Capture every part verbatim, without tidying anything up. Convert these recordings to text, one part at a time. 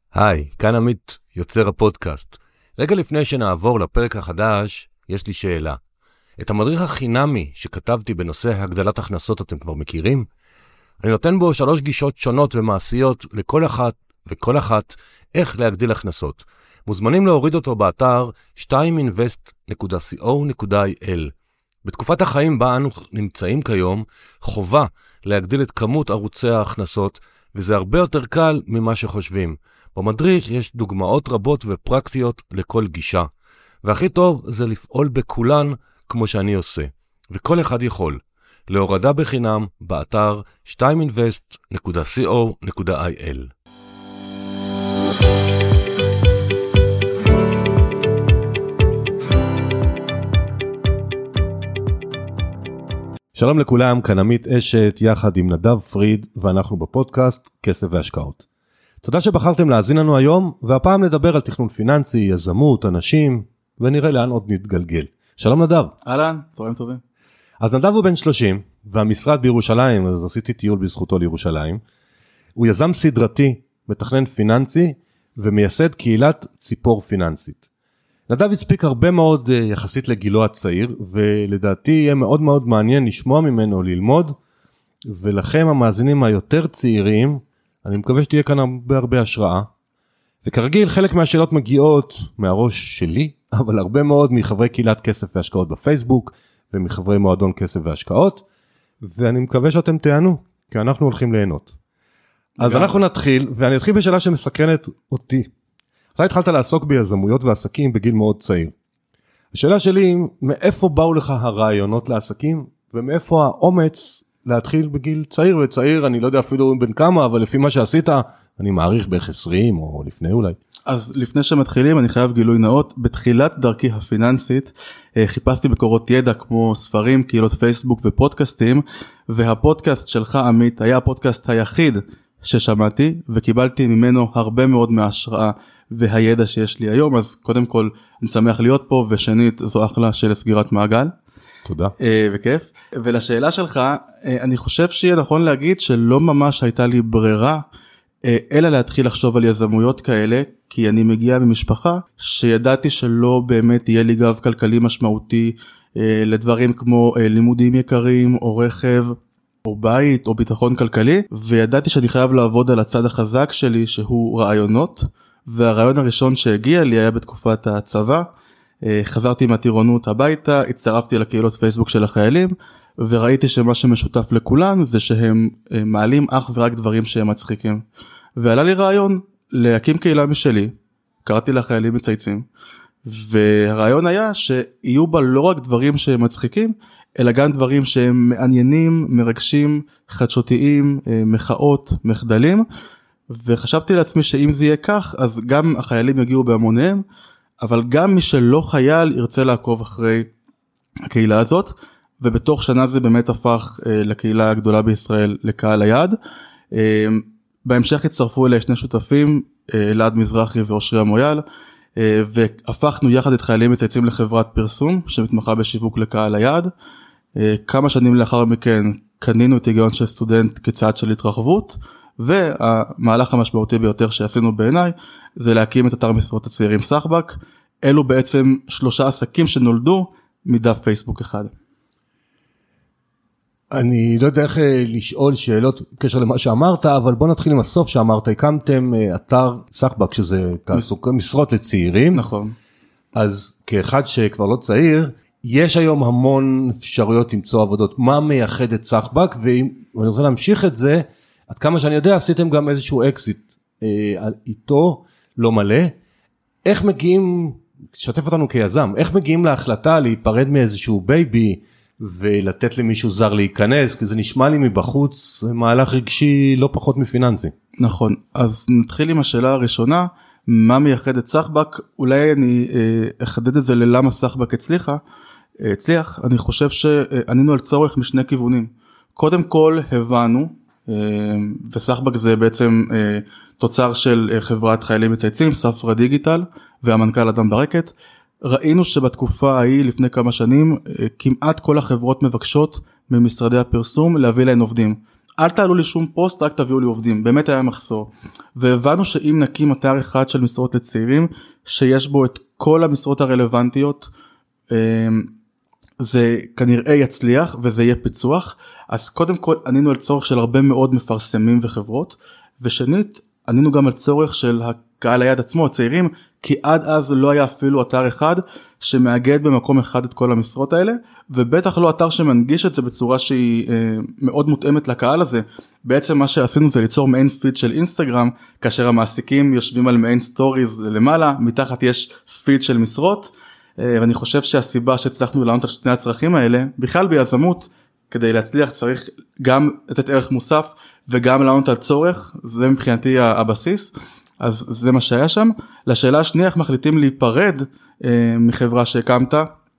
היי, כאן עמית, יוצר הפודקאסט. רגע לפני שנעבור לפרק החדש, יש לי שאלה. את המדריך החינמי שכתבתי בנושא הגדלת הכנסות אתם כבר מכירים? אני נותן בו שלוש גישות שונות ומעשיות לכל אחת וכל אחת איך להגדיל הכנסות. מוזמנים להוריד אותו באתר שתיים אינבסט נקודה סי או נקודה איי אל. בתקופת החיים בה אנו נמצאים כיום, חובה להגדיל את כמות ערוצי ההכנסות, וזה הרבה יותר קל ממה שחושבים. במדריך יש דוגמאות רבות ופרקטיות לכל גישה, והכי טוב זה לפעול בכולן כמו שאני עושה, וכל אחד יכול. להורדה בחינם באתר שתיים אינבסט נקודה סי או נקודה איי אל. שלום לכולם, כאן עמית אשת יחד עם נדב פריד, ואנחנו בפודקאסט כסף והשקעות. תודה שבחרתם להאזין לנו היום, והפעם נדבר על תכנון פיננסי, יזמות, אנשים, ונראה לאן עוד נתגלגל. שלום נדב. אהלן, צהריים טובים. אז נדב הוא בן שלושים, והמשרד בירושלים, אז עשיתי טיול בזכותו לירושלים. הוא יזם סדרתי, מתכנן פיננסי, ומייסד קהילת ציפור פיננסית. נדב הספיק הרבה מאוד יחסית לגילו הצעיר, ולדעתי יהיה מאוד מאוד מעניין לשמוע ממנו, ללמוד, ולכם המאזינים היותר צעירים, אני מקווה שתהיה כאן הרבה הרבה השראה. וכרגיל חלק מהשאלות מגיעות מהראש שלי, אבל הרבה מאוד מחברי קהילת כסף והשקעות בפייסבוק, ומחברי מועדון כסף והשקעות, ואני מקווה שאתם תענו, כי אנחנו הולכים ליהנות. אז אנחנו נתחיל, ואני אתחיל בשאלה שמסקרנת אותי. אתה התחלת לעסוק ביזמויות ועסקים בגיל מאוד צעיר. השאלה שלי, מאיפה באו לך הרעיונות לעסקים, ומאיפה האומץ להתחיל בגיל צעיר וצעיר, אני לא יודע אפילו בין כמה, אבל לפי מה שעשית, אני מעריך בערך עשרים או לפני אולי. אז לפני שמתחילים, אני חייב גילוי נאות, בתחילת דרכי הפיננסית, חיפשתי מקורות ידע כמו ספרים, קהילות פייסבוק ופודקאסטים, והפודקאסט שלך עמית היה הפודקאסט היחיד ששמעתי, וקיבלתי ממנו הרבה מאוד מההשראה והידע שיש לי היום, אז קודם כל אני שמח להיות פה, ושנית זו אחלה של סגירת מעגל. תודה. וכיף. ולשאלה שלך, אני חושב שיהיה נכון להגיד שלא ממש הייתה לי ברירה, אלא להתחיל לחשוב על יזמויות כאלה, כי אני מגיע ממשפחה שידעתי שלא באמת יהיה לי גב כלכלי משמעותי לדברים כמו לימודים יקרים או רכב או בית או ביטחון כלכלי, וידעתי שאני חייב לעבוד על הצד החזק שלי שהוא רעיונות, והרעיון הראשון שהגיע לי היה בתקופת הצבא. חזרתי מהטירונות הביתה, הצטרפתי לקהילות פייסבוק של החיילים, וראיתי שמה שמשותף לכולן זה שהם מעלים אך ורק דברים שהם מצחיקים. ועלה לי רעיון להקים קהילה משלי, קראתי לחיילים מצייצים, והרעיון היה שיהיו בה לא רק דברים שהם מצחיקים, אלא גם דברים שהם מעניינים, מרגשים, חדשותיים, מחאות, מחדלים, וחשבתי לעצמי שאם זה יהיה כך, אז גם החיילים יגיעו בהמוניהם, אבל גם מי שלא חייל ירצה לעקוב אחרי הקהילה הזאת, ובתוך שנה זה באמת הפך אה, לקהילה הגדולה בישראל לקהל היעד. אה, בהמשך הצטרפו אליי שני שותפים, אה, אלעד מזרחי ואושרי המויאל, אה, והפכנו יחד את חיילים מצייצים לחברת פרסום, שמתמחה בשיווק לקהל היעד. אה, כמה שנים לאחר מכן קנינו את היגיון של סטודנט כצעד של התרחבות, והמהלך המשמעותי ביותר שעשינו בעיניי, זה להקים את אתר משרות הצעירים סחבק. אלו בעצם שלושה עסקים שנולדו מדף פייסבוק אחד. אני לא יודע איך לשאול שאלות בקשר למה שאמרת, אבל בוא נתחיל עם הסוף שאמרת, הקמתם אתר סחבק, שזה תעסוק, משרות לצעירים. נכון. אז כאחד שכבר לא צעיר, יש היום המון אפשרויות למצוא עבודות. מה מייחד את סחבק? ואני רוצה להמשיך את זה, עד כמה שאני יודע, עשיתם גם איזשהו אקזיט אה, איתו, לא מלא. איך מגיעים, שתף אותנו כיזם, איך מגיעים להחלטה להיפרד מאיזשהו בייבי, ולתת למישהו זר להיכנס, כי זה נשמע לי מבחוץ, מהלך רגשי לא פחות מפיננסי. נכון, אז נתחיל עם השאלה הראשונה, מה מייחד את סחבק? אולי אני אה, אחדד את זה ללמה סחבק הצליחה, אה, הצליח, אני חושב שענינו על צורך משני כיוונים. קודם כל הבנו, וסחבק זה בעצם תוצר של חברת חיילים מצייצים, ספרה דיגיטל, והמנכ"ל אדם ברקת. ראינו שבתקופה ההיא לפני כמה שנים, כמעט כל החברות מבקשות ממשרדי הפרסום להביא להן עובדים. אל תעלו לי שום פוסט, רק תביאו לי עובדים, באמת היה מחסור. והבנו שאם נקים אתר אחד של משרות לצעירים, שיש בו את כל המשרות הרלוונטיות, זה כנראה יצליח וזה יהיה פיצוח. אז קודם כל ענינו על צורך של הרבה מאוד מפרסמים וחברות, ושנית ענינו גם על צורך של הקהל היד עצמו, הצעירים, כי עד אז לא היה אפילו אתר אחד שמאגד במקום אחד את כל המשרות האלה, ובטח לא אתר שמנגיש את זה בצורה שהיא אה, מאוד מותאמת לקהל הזה. בעצם מה שעשינו זה ליצור מעין פיד של אינסטגרם, כאשר המעסיקים יושבים על מעין סטוריז למעלה, מתחת יש פיד של משרות, אה, ואני חושב שהסיבה שהצלחנו לענות על שני הצרכים האלה, בכלל ביזמות, כדי להצליח צריך גם לתת ערך מוסף, וגם לענות על צורך, זה מבחינתי הבסיס, אז זה מה שהיה שם. לשאלה השנייה, איך מחליטים להיפרד אה, מחברה שהקמת,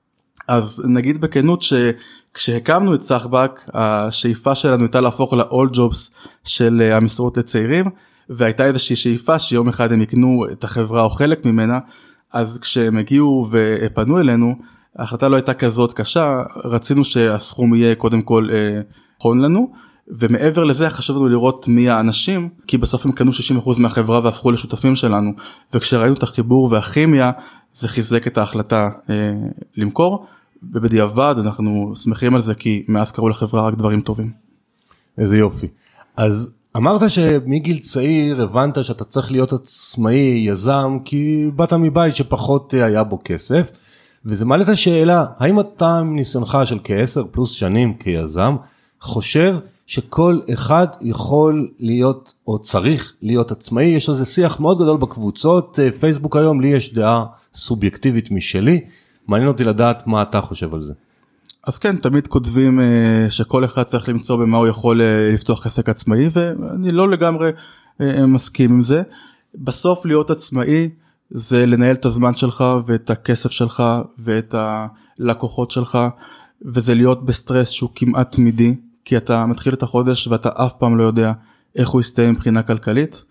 אז נגיד בכנות שכשהקמנו את סחבק, השאיפה שלנו הייתה להפוך ל-all jobs של אה, המשרות לצעירים, והייתה איזושהי שאיפה שיום אחד הם יקנו את החברה או חלק ממנה, אז כשהם הגיעו ופנו אלינו, ההחלטה לא הייתה כזאת קשה, רצינו שהסכום יהיה קודם כל נכון לנו, ומעבר לזה חשוב לנו לראות מי האנשים, כי בסוף הם קנו שישים אחוז מהחברה והפכו לשותפים שלנו, וכשראינו את החיבור והכימיה, זה חיזק את ההחלטה אה, למכור, ובדיעבד אנחנו שמחים על זה, כי מאז קראו לחברה רק דברים טובים. איזה יופי. אז אמרת שמגיל צעיר הבנת שאתה צריך להיות עצמאי, יזם, כי באת מבית שפחות היה בו כסף, וזה מעלה את השאלה, האם אתה עם ניסיונך של כעשר פלוס שנים כיזם, חושב שכל אחד יכול להיות, או צריך להיות עצמאי? יש לזה שיח מאוד גדול בקבוצות, פייסבוק היום, לי יש דעה סובייקטיבית משלי, מעניין אותי לדעת מה אתה חושב על זה. אז כן, תמיד כותבים שכל אחד צריך למצוא במה הוא יכול לפתוח עסק עצמאי, ואני לא לגמרי מסכים עם זה. בסוף להיות עצמאי, זה לנהל את הזמן שלך ואת הכסף שלך ואת הלקוחות שלך, וזה להיות בסטרס שהוא כמעט תמידי, כי אתה מתחיל את החודש ואתה אף פעם לא יודע איך הוא יסתיים מבחינה כלכלית,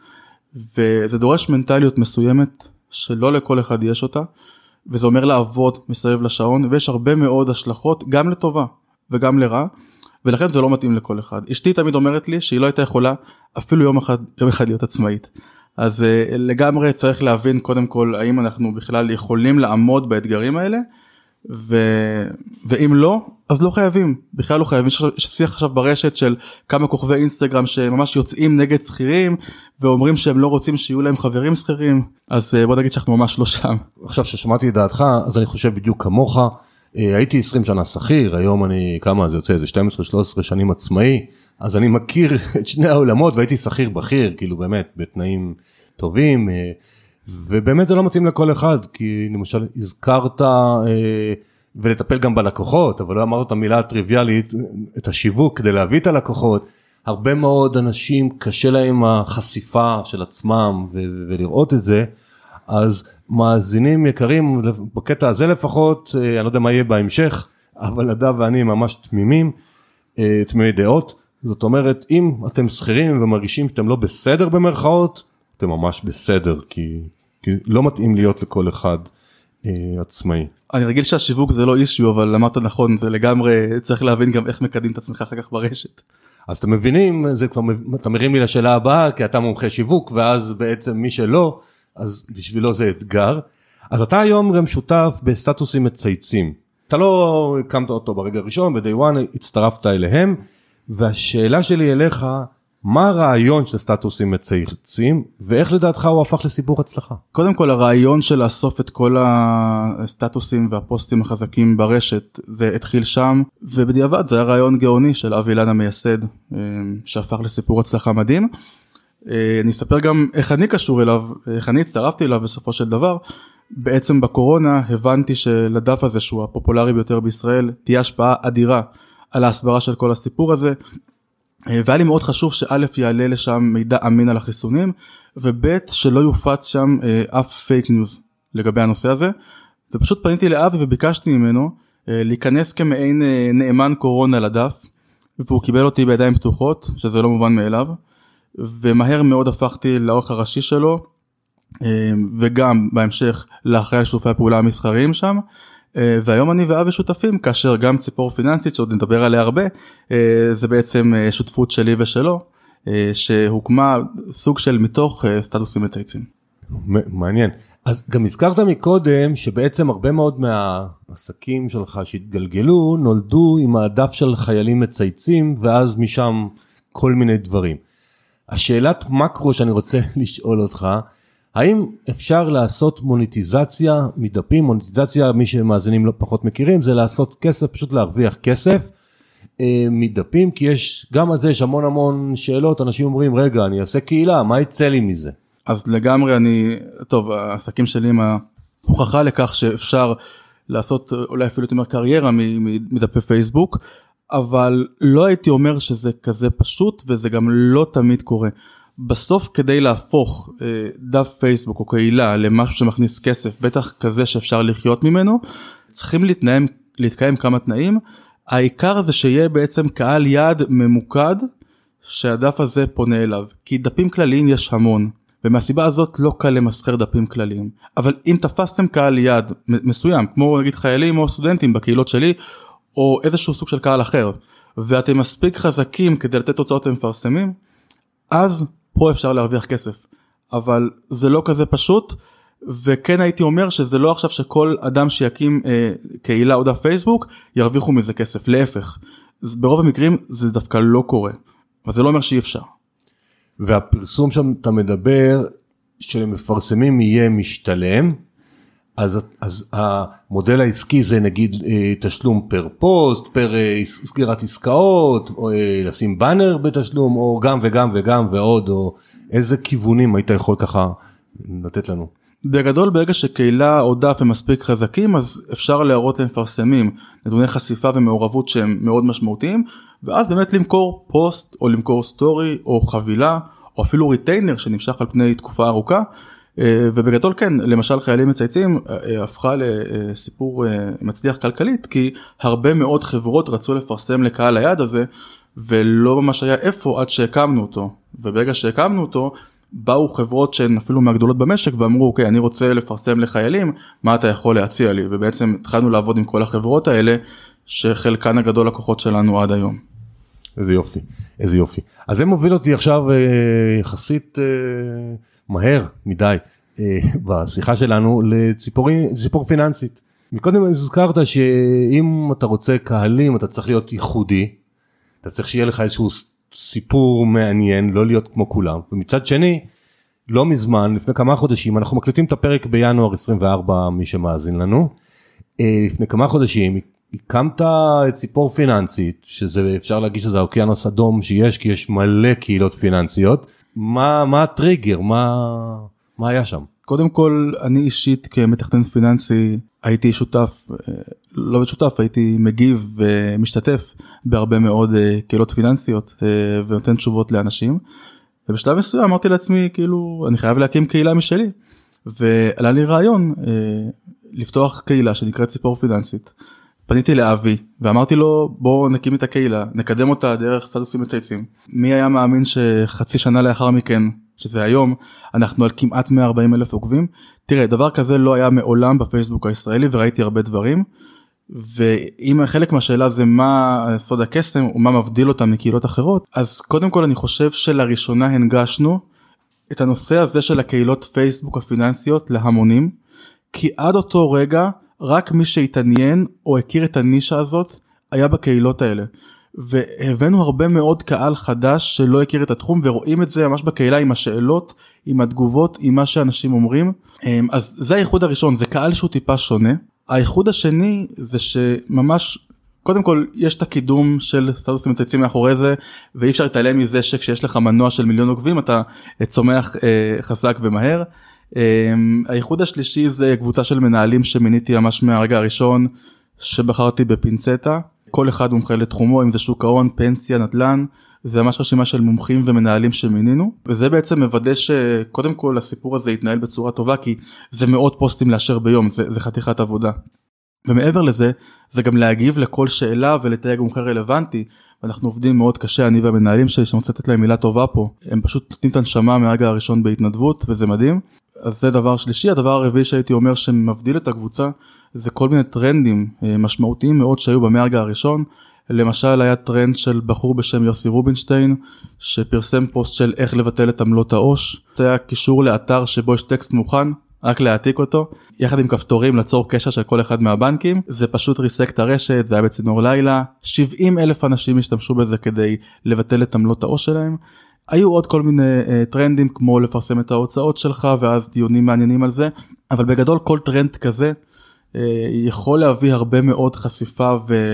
וזה דורש מנטליות מסוימת שלא לכל אחד יש אותה, וזה אומר לעבוד מסביב לשעון, ויש הרבה מאוד השלכות גם לטובה וגם לרע, ולכן זה לא מתאים לכל אחד. אשתי תמיד אומרת לי שהיא לא הייתה יכולה אפילו יום אחד, יום אחד להיות עצמאית. אז לגמרי צריך להבין קודם כל האם אנחנו בכלל יכולים לעמוד באתגרים האלה, ו... ואם לא, אז לא חייבים, בכלל לא חייבים. יש שיח עכשיו ברשת של כמה כוכבי אינסטגרם שממש יוצאים נגד שכירים, ואומרים שהם לא רוצים שיהיו להם חברים שכירים, אז בוא נגיד שאנחנו ממש לא שם. עכשיו ששמעתי את דעתך, אז אני חושב בדיוק כמוך, הייתי עשרים שנה שכיר, היום אני, כמה זה יוצא, זה שתים עשרה שלוש עשרה שנים עצמאי, אז אני מכיר את שני העולמות, והייתי שכיר בכיר, כאילו באמת, בתנאים טובים, ובאמת זה לא מתאים לכל אחד, כי למשל הזכרת ולטפל גם בלקוחות, אבל לא אמרת את המילה הטריוויאלית, את השיווק כדי להביא את הלקוחות. הרבה מאוד אנשים קשה להם החשיפה של עצמם ולראות את זה, אז מאזינים יקרים, בקטע הזה לפחות, אני לא יודע מה יהיה בהמשך, אבל נדב ואני ממש תמימים, תמימי דעות. זאת אומרת, אם אתם שכירים ומרגישים שאתם לא בסדר במרכאות, אתם ממש בסדר, כי, כי לא מתאים להיות לכל אחד אה, עצמאי. אני רגיל שהשיווק זה לא אישיו, אבל אמרת נכון, זה לגמרי, צריך להבין גם איך מקדים את עצמך אחר כך ברשת. אז אתם מבינים, זה כבר, אתה מרים לי לשאלה הבאה, כי אתה מומחה שיווק, ואז בעצם מי שלא, אז בשבילו זה אתגר. אז אתה היום גם שותף בסטטוסים מצייצים. אתה לא הקמת אותו ברגע הראשון, ב-day one הצטרפת אליהם, והשאלה שלי אליך, מה הרעיון של סטטוסים מצייצים, ואיך לדעתך הוא הפך לסיפור הצלחה? קודם כל, הרעיון של לאסוף את כל הסטטוסים והפוסטים החזקים ברשת, זה התחיל שם, ובדיעבד זה היה רעיון גאוני של אבי אילן המייסד, שהפך לסיפור הצלחה מדהים. אני אספר גם איך אני קשור אליו, איך אני הצטרפתי אליו בסופו של דבר. בעצם בקורונה הבנתי שלדף הזה, שהוא הפופולרי ביותר בישראל, תהיה השפעה אדירה על ההסברה של כל הסיפור הזה, והיה לי מאוד חשוב שא' יעלה לשם מידע אמין על החיסונים, וב' שלא יופץ שם אף פייק ניוז לגבי הנושא הזה, ופשוט פניתי לאבי וביקשתי ממנו להיכנס כמעין נאמן קורונה לדף, והוא קיבל אותי בידיים פתוחות, שזה לא מובן מאליו, ומהר מאוד הפכתי לאורך הראשי שלו, וגם בהמשך לאחרי שיתופי הפעולה המסחריים שם, והיום אני ואבי שותפים, כאשר גם ציפור פיננסית, שעוד נדבר עליה הרבה, זה בעצם שותפות שלי ושלו, שהוקמה סוג של מתוך סטטוסים מצייצים. מעניין. אז גם הזכרת מקודם שבעצם הרבה מאוד מהעסקים שלך שהתגלגלו נולדו עם העדף של חיילים מצייצים ואז משם כל מיני דברים. השאלת מקרו שאני רוצה לשאול אותך, האם אפשר לעשות מוניטיזציה מדפים? מוניטיזציה, מי שמאזינים לא פחות מכירים, זה לעשות כסף, פשוט להרוויח כסף אה, מדפים, כי יש גם על זה יש המון המון שאלות, אנשים אומרים רגע אני אעשה קהילה, מה יצא לי מזה? אז לגמרי אני, טוב, העסקים שלי עם ההוכחה לכך שאפשר לעשות אולי אפילו יותר קריירה מדפי פייסבוק, אבל לא הייתי אומר שזה כזה פשוט, וזה גם לא תמיד קורה. בסוף כדי להפוך דף פייסבוק או קהילה למשהו שמכניס כסף, בטח כזה שאפשר לחיות ממנו, צריכים להתנאים, להתקיים כמה תנאים. העיקר זה שיהיה בעצם קהל יעד ממוקד, שהדף הזה פונה אליו. כי דפים כלליים יש המון. ומהסיבה הזאת לא קל למסחר דפים כלליים. אבל אם תפסתם קהל יעד מסוים, כמו נגיד חיילים או סטודנטים בקהילות שלי, או איזשהו סוג של קהל אחר, ואתם מספיק חזקים כדי לתת תוצאות למפרסמים, אז פה אפשר להרוויח כסף. אבל זה לא כזה פשוט, וכן הייתי אומר שזה לא עכשיו שכל אדם שיקים אה, קהילה או דף פייסבוק, ירוויחו מזה כסף, להפך. ברוב המקרים זה דווקא לא קורה, אבל זה לא אומר שאי אפשר. והפרסום שם אתה מדבר שלמפרסמים יהיה משתלם, אז, אז המודל העסקי זה נגיד תשלום פר פוסט, פר סגירת עסקאות, או לשים בנר בתשלום, או גם וגם וגם ועוד, או איזה כיוונים היית יכול ככה לתת לנו? בגדול ברגע שקהילה או דף הם מספיק חזקים, אז אפשר להראות למפרסמים נתוני חשיפה ומעורבות שהם מאוד משמעותיים, ואז באמת למכור פוסט או למכור סטורי או חבילה, או אפילו ריטיינר שנמשך על פני תקופה ארוכה, ובגדול כן, למשל חיילים מצייצים הפכה לסיפור מצליח כלכלית, כי הרבה מאוד חברות רצו לפרסם לקהל היעד הזה, ולא ממש היה איפה עד שהקמנו אותו, וברגע שהקמנו אותו, באו חברות שהן אפילו מהגדולות במשק, ואמרו, אוקיי, אני רוצה לפרסם לחיילים, מה אתה יכול להציע לי? ובעצם התחלנו לעבוד עם כל החברות האלה, שחלקן הגדול לקוחות שלנו עד היום. איזה יופי, איזה יופי. אז זה מוביל אותי עכשיו יחסית מהר מדי בשיחה שלנו לציפור פיננסית. מקודם הזכרת שאם אתה רוצה קהלים, אתה צריך להיות ייחודי, אתה צריך שיהיה לך איזשהו סיפור מעניין, לא להיות כמו כולם. ומצד שני, לא מזמן, לפני כמה חודשים, אנחנו מקליטים את הפרק בינואר עשרים וארבע, מי שמאזין לנו. לפני כמה חודשים, הקמת את ציפור פיננסית, שזה אפשר להגיד שזה האוקיינוס אדום שיש, כי יש מלא קהילות פיננסיות. מה, מה הטריגר? מה, מה היה שם? קודם כל, אני אישית כמתכנן פיננסי, הייתי שותף, לא שותף, הייתי מגיב ומשתתף בהרבה מאוד קהילות פיננסיות, ונותן תשובות לאנשים. ובשלב מסוים אמרתי לעצמי, כאילו, אני חייב להקים קהילה משלי. ועלה לי רעיון לפתוח קהילה שנקראת ציפור פיננסית. פניתי לאבי ואמרתי לו בוא נקים את הקהילה, נקדם אותה דרך סטטוסים מצייצים. מי היה מאמין שחצי שנה לאחר מכן, שזה היום, אנחנו על כמעט מאה וארבעים אלף עוקבים. תראה, דבר כזה לא היה מעולם בפייסבוק הישראלי וראיתי הרבה דברים. ואם חלק מהשאלה זה מה סוד הקסם ומה מבדיל אותם מקהילות אחרות, אז קודם כל אני חושב שלראשונה הנגשנו את הנושא הזה של הקהילות פייסבוק הפיננסיות להמונים, כי עד אותו רגע רק מי שהתעניין או הכיר את הנישה הזאת היה בקהילות האלה. והבאנו הרבה מאוד קהל חדש שלא הכיר את התחום, ורואים את זה ממש בקהילה עם השאלות, עם התגובות, עם מה שאנשים אומרים. אז זה הייחוד הראשון, זה קהל שהוא טיפה שונה. הייחוד השני זה שממש, קודם כל יש את הקידום של סטטוסים מצייצים מאחורי זה, ואי אפשר להתעלם מזה שכשיש לך מנוע של מיליון עוקבים, אתה צומח חזק ומהר. הייחוד השלישי זה קבוצה של מנהלים שמיניתי ממש מהרגע הראשון, שבחרתי בפינצטה. כל אחד מומחה לתחומו, אם זה שוק ההון, פנסיה, נדל"ן, זה ממש רשימה של מומחים ומנהלים שמינינו, וזה בעצם מוודא שקודם כל הסיפור הזה יתנהל בצורה טובה, כי זה מאות פוסטים לאשר ביום, זה, זה חתיכת עבודה. ומעבר לזה, זה גם להגיב לכל שאלה ולתייג מומחה רלוונטי, ואנחנו עובדים מאוד קשה, אני והמנהלים שלי, שאני רוצה לתת להם מילה טובה פה, הם פשוט נותנים את הנשמה מהרגע הראשון בהתנדבות, וזה מדהים. אז זה דבר שלישי. הדבר הרביעי שהייתי אומר שמבדיל את הקבוצה, זה כל מיני טרנדים משמעותיים מאוד שהיו במאה הרגע הראשון. למשל היה טרנד של בחור בשם יוסי רובינשטיין, שפרסם פוסט של איך לבטל את עמלות העו"ש. זה היה קישור לאתר שבו יש טקסט מוכן, רק להעתיק אותו, יחד עם כפתורים לצור קשר של כל אחד מהבנקים. זה פשוט ריסק את הרשת, זה היה בצינור לילה. שבעים אלף אנשים השתמשו בזה כדי לבטל את עמלות העו"ש שלהם. היו עוד כל מיני uh, טרנדים, כמו לפרסם את ההוצאות שלך, ואז דיונים מעניינים על זה. אבל בגדול כל טרנד כזה uh, יכול להביא הרבה מאוד חשיפה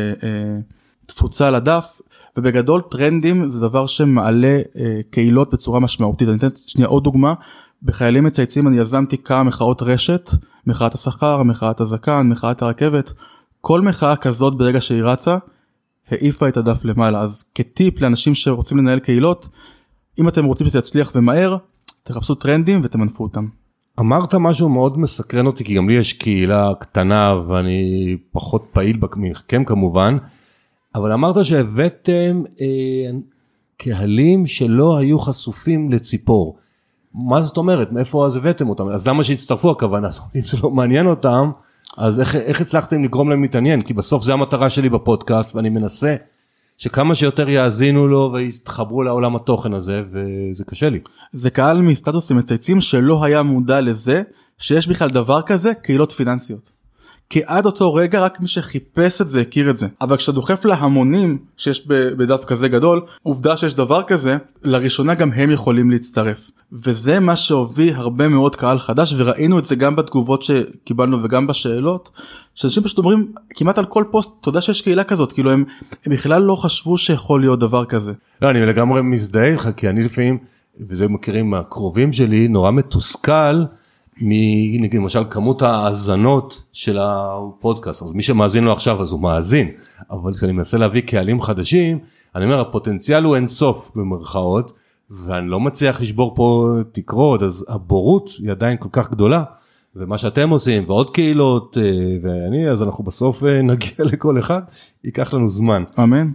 ותפוצה על הדף, ובגדול טרנדים זה דבר שמעלה uh, קהילות בצורה משמעותית. אני אתן שנייה עוד דוגמה. בחיילים מצייצים אני יזמתי כמה מחאות רשת, מחאת השכר, מחאת הזקן, מחאת הרכבת. כל מחאה כזאת ברגע שהיא רצה, העיפה את הדף למעלה. אז כטיפ לאנשים שרוצים לנהל קהילות, אם אתם רוצים שזה יצליח ומהר, תחפשו טרנדים ותמנפו אותם. אמרת משהו מאוד מסקרן אותי, כי גם לי יש קהילה קטנה ואני פחות פעיל מכם כמובן, אבל אמרת שהבאתם אה, קהלים שלא היו חשופים לציפור. מה זאת אומרת? מאיפה אז הבאתם אותם? אז למה שהצטרפו הכוונה? אם זה לא מעניין אותם, אז איך, איך הצלחתם לגרום להם להתעניין? כי בסוף זה המטרה שלי בפודקאסט, ואני מנסה שכמה שיותר יאזינו לו ויתחברו לעולם התוכן הזה, וזה קשה לי. זה קהל מסטטוסים מצייצים שלא היה מודע לזה, שיש בכלל דבר כזה, קהילות פיננסיות. כי עד אותו רגע רק מי שחיפש את זה הכיר את זה. אבל כשאתה דוחף להמונים שיש בדף כזה גדול, עובדה שיש דבר כזה, לראשונה גם הם יכולים להצטרף. וזה מה שהוביל הרבה מאוד קהל חדש, וראינו את זה גם בתגובות שקיבלנו וגם בשאלות, שאנשים פשוט אומרים כמעט על כל פוסט, תודה שיש קהילה כזאת, כאילו הם, הם בכלל לא חשבו שיכול להיות דבר כזה. לא, אני לגמרי מזדהה איתך, כי אני לפעמים, וזה מכירים מהקרובים שלי, נורא מתוסכל, למשל כמות ההאזנות של הפודקאסט, מי שמאזין לו עכשיו אז הוא מאזין, אבל כשאני מנסה להביא קהלים חדשים, אני אומר הפוטנציאל הוא אינסוף במרכאות, ואני לא מצליח לשבור פה תקרות, אז הבורות היא עדיין כל כך גדולה, ומה שאתם עושים ועוד קהילות ואני, אז אנחנו בסוף נגיע לכל אחד, ייקח לנו זמן. אמן.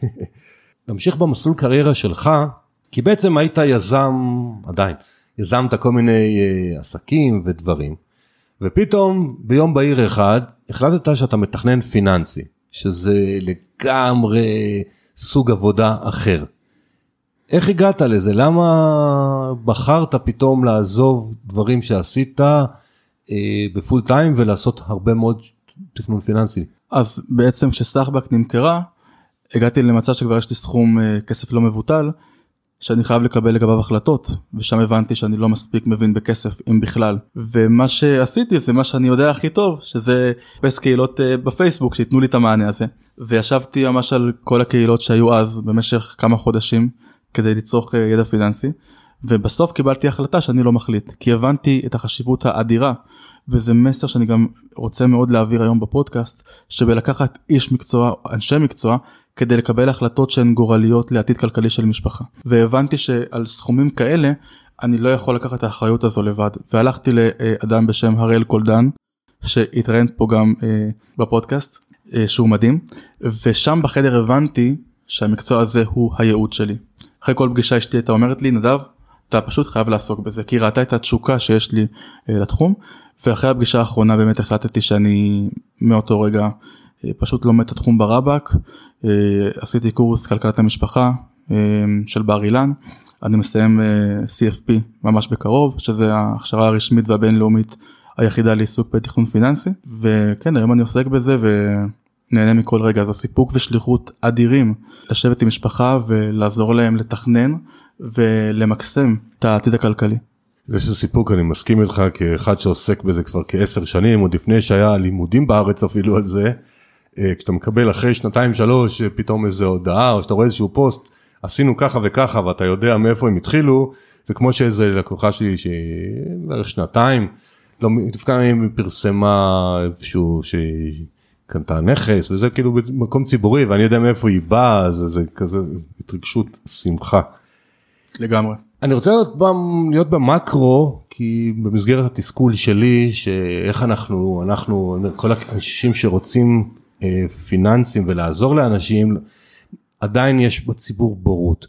נמשיך במסלול קריירה שלך, כי בעצם היית יזם עדיין, יזמת כל מיני uh, עסקים ודברים, ופתאום ביום בהיר אחד, החלטת שאתה מתכנן פיננסי, שזה לגמרי סוג עבודה אחר. איך הגעת לזה? למה בחרת פתאום לעזוב דברים שעשית uh, בפול טיים, ולעשות הרבה מאוד תכנון פיננסי? אז בעצם כשסחבק נמכרה, הגעתי למצב שכבר יש לי סכום uh, כסף לא מבוטל, שאני חייב לקבל לגביו החלטות, ושם הבנתי שאני לא מספיק מבין בכסף, אם בכלל. ומה שעשיתי זה מה שאני יודע הכי טוב, שזה פס קהילות בפייסבוק, שיתנו לי את המענה הזה. וישבתי ממש על כל הקהילות שהיו אז, במשך כמה חודשים, כדי לצרוך ידע פיננסי, ובסוף קיבלתי החלטה שאני לא מחליט, כי הבנתי את החשיבות האדירה, וזה מסר שאני גם רוצה מאוד להעביר היום בפודקאסט, שבלקחת איש מקצוע, אנשי מקצוע, כדי לקבל החלטות שהן גורליות לעתיד כלכלי של משפחה. והבנתי שעל סכומים כאלה, אני לא יכול לקחת את האחריות הזו לבד. והלכתי לאדם בשם הראל קולדן, שהתראיין פה גם אה, בפודקאסט, אה, שהוא מדהים, ושם בחדר הבנתי שהמקצוע הזה הוא הייעוד שלי. אחרי כל פגישה אשתי הייתה אומרת לי, נדב, אתה פשוט חייב לעסוק בזה, כי ראתה את התשוקה שיש לי אה, לתחום, ואחרי הפגישה האחרונה באמת החלטתי שאני מאותו רגע פשוט לומד את התחום ברבק, עשיתי קורס כלכלת המשפחה של בר אילן, אני מסיים סי אף פי ממש בקרוב, שזה ההכשרה הרשמית והבינלאומית היחידה לעיסוק בתכנון פיננסי, וכן, היום אני עוסק בזה ונהנה מכל רגע, אז הסיפוק ושליחות אדירים לשבת עם משפחה ולעזור להם לתכנן ולמקסם את העתיד הכלכלי. זה סיפוק, אני מסכים איתך כאחד שעוסק בזה כבר כעשר שנים, עוד לפני שהיה לימודים בארץ אפילו על זה, כשאתה מקבל אחרי שנתיים שלוש פתאום איזו הודעה, או שאתה רואה איזשהו פוסט, עשינו ככה וככה, ואתה יודע מאיפה הם התחילו, זה כמו שאיזו לקוחה שלי, שבערך שנתיים, לא, דווקא היא פרסמה איפשהו שהיא קנתה נכס, וזה כאילו במקום ציבורי, ואני יודע מאיפה היא באה, זה, זה כזה התרגשות שמחה. לגמרי. אני רוצה להיות, להיות במקרו, כי במסגרת התסכול שלי, שאיך אנחנו, אנחנו, כל האנשים שרוצים פיננסים ולעזור לאנשים, עדיין יש בציבור בורות.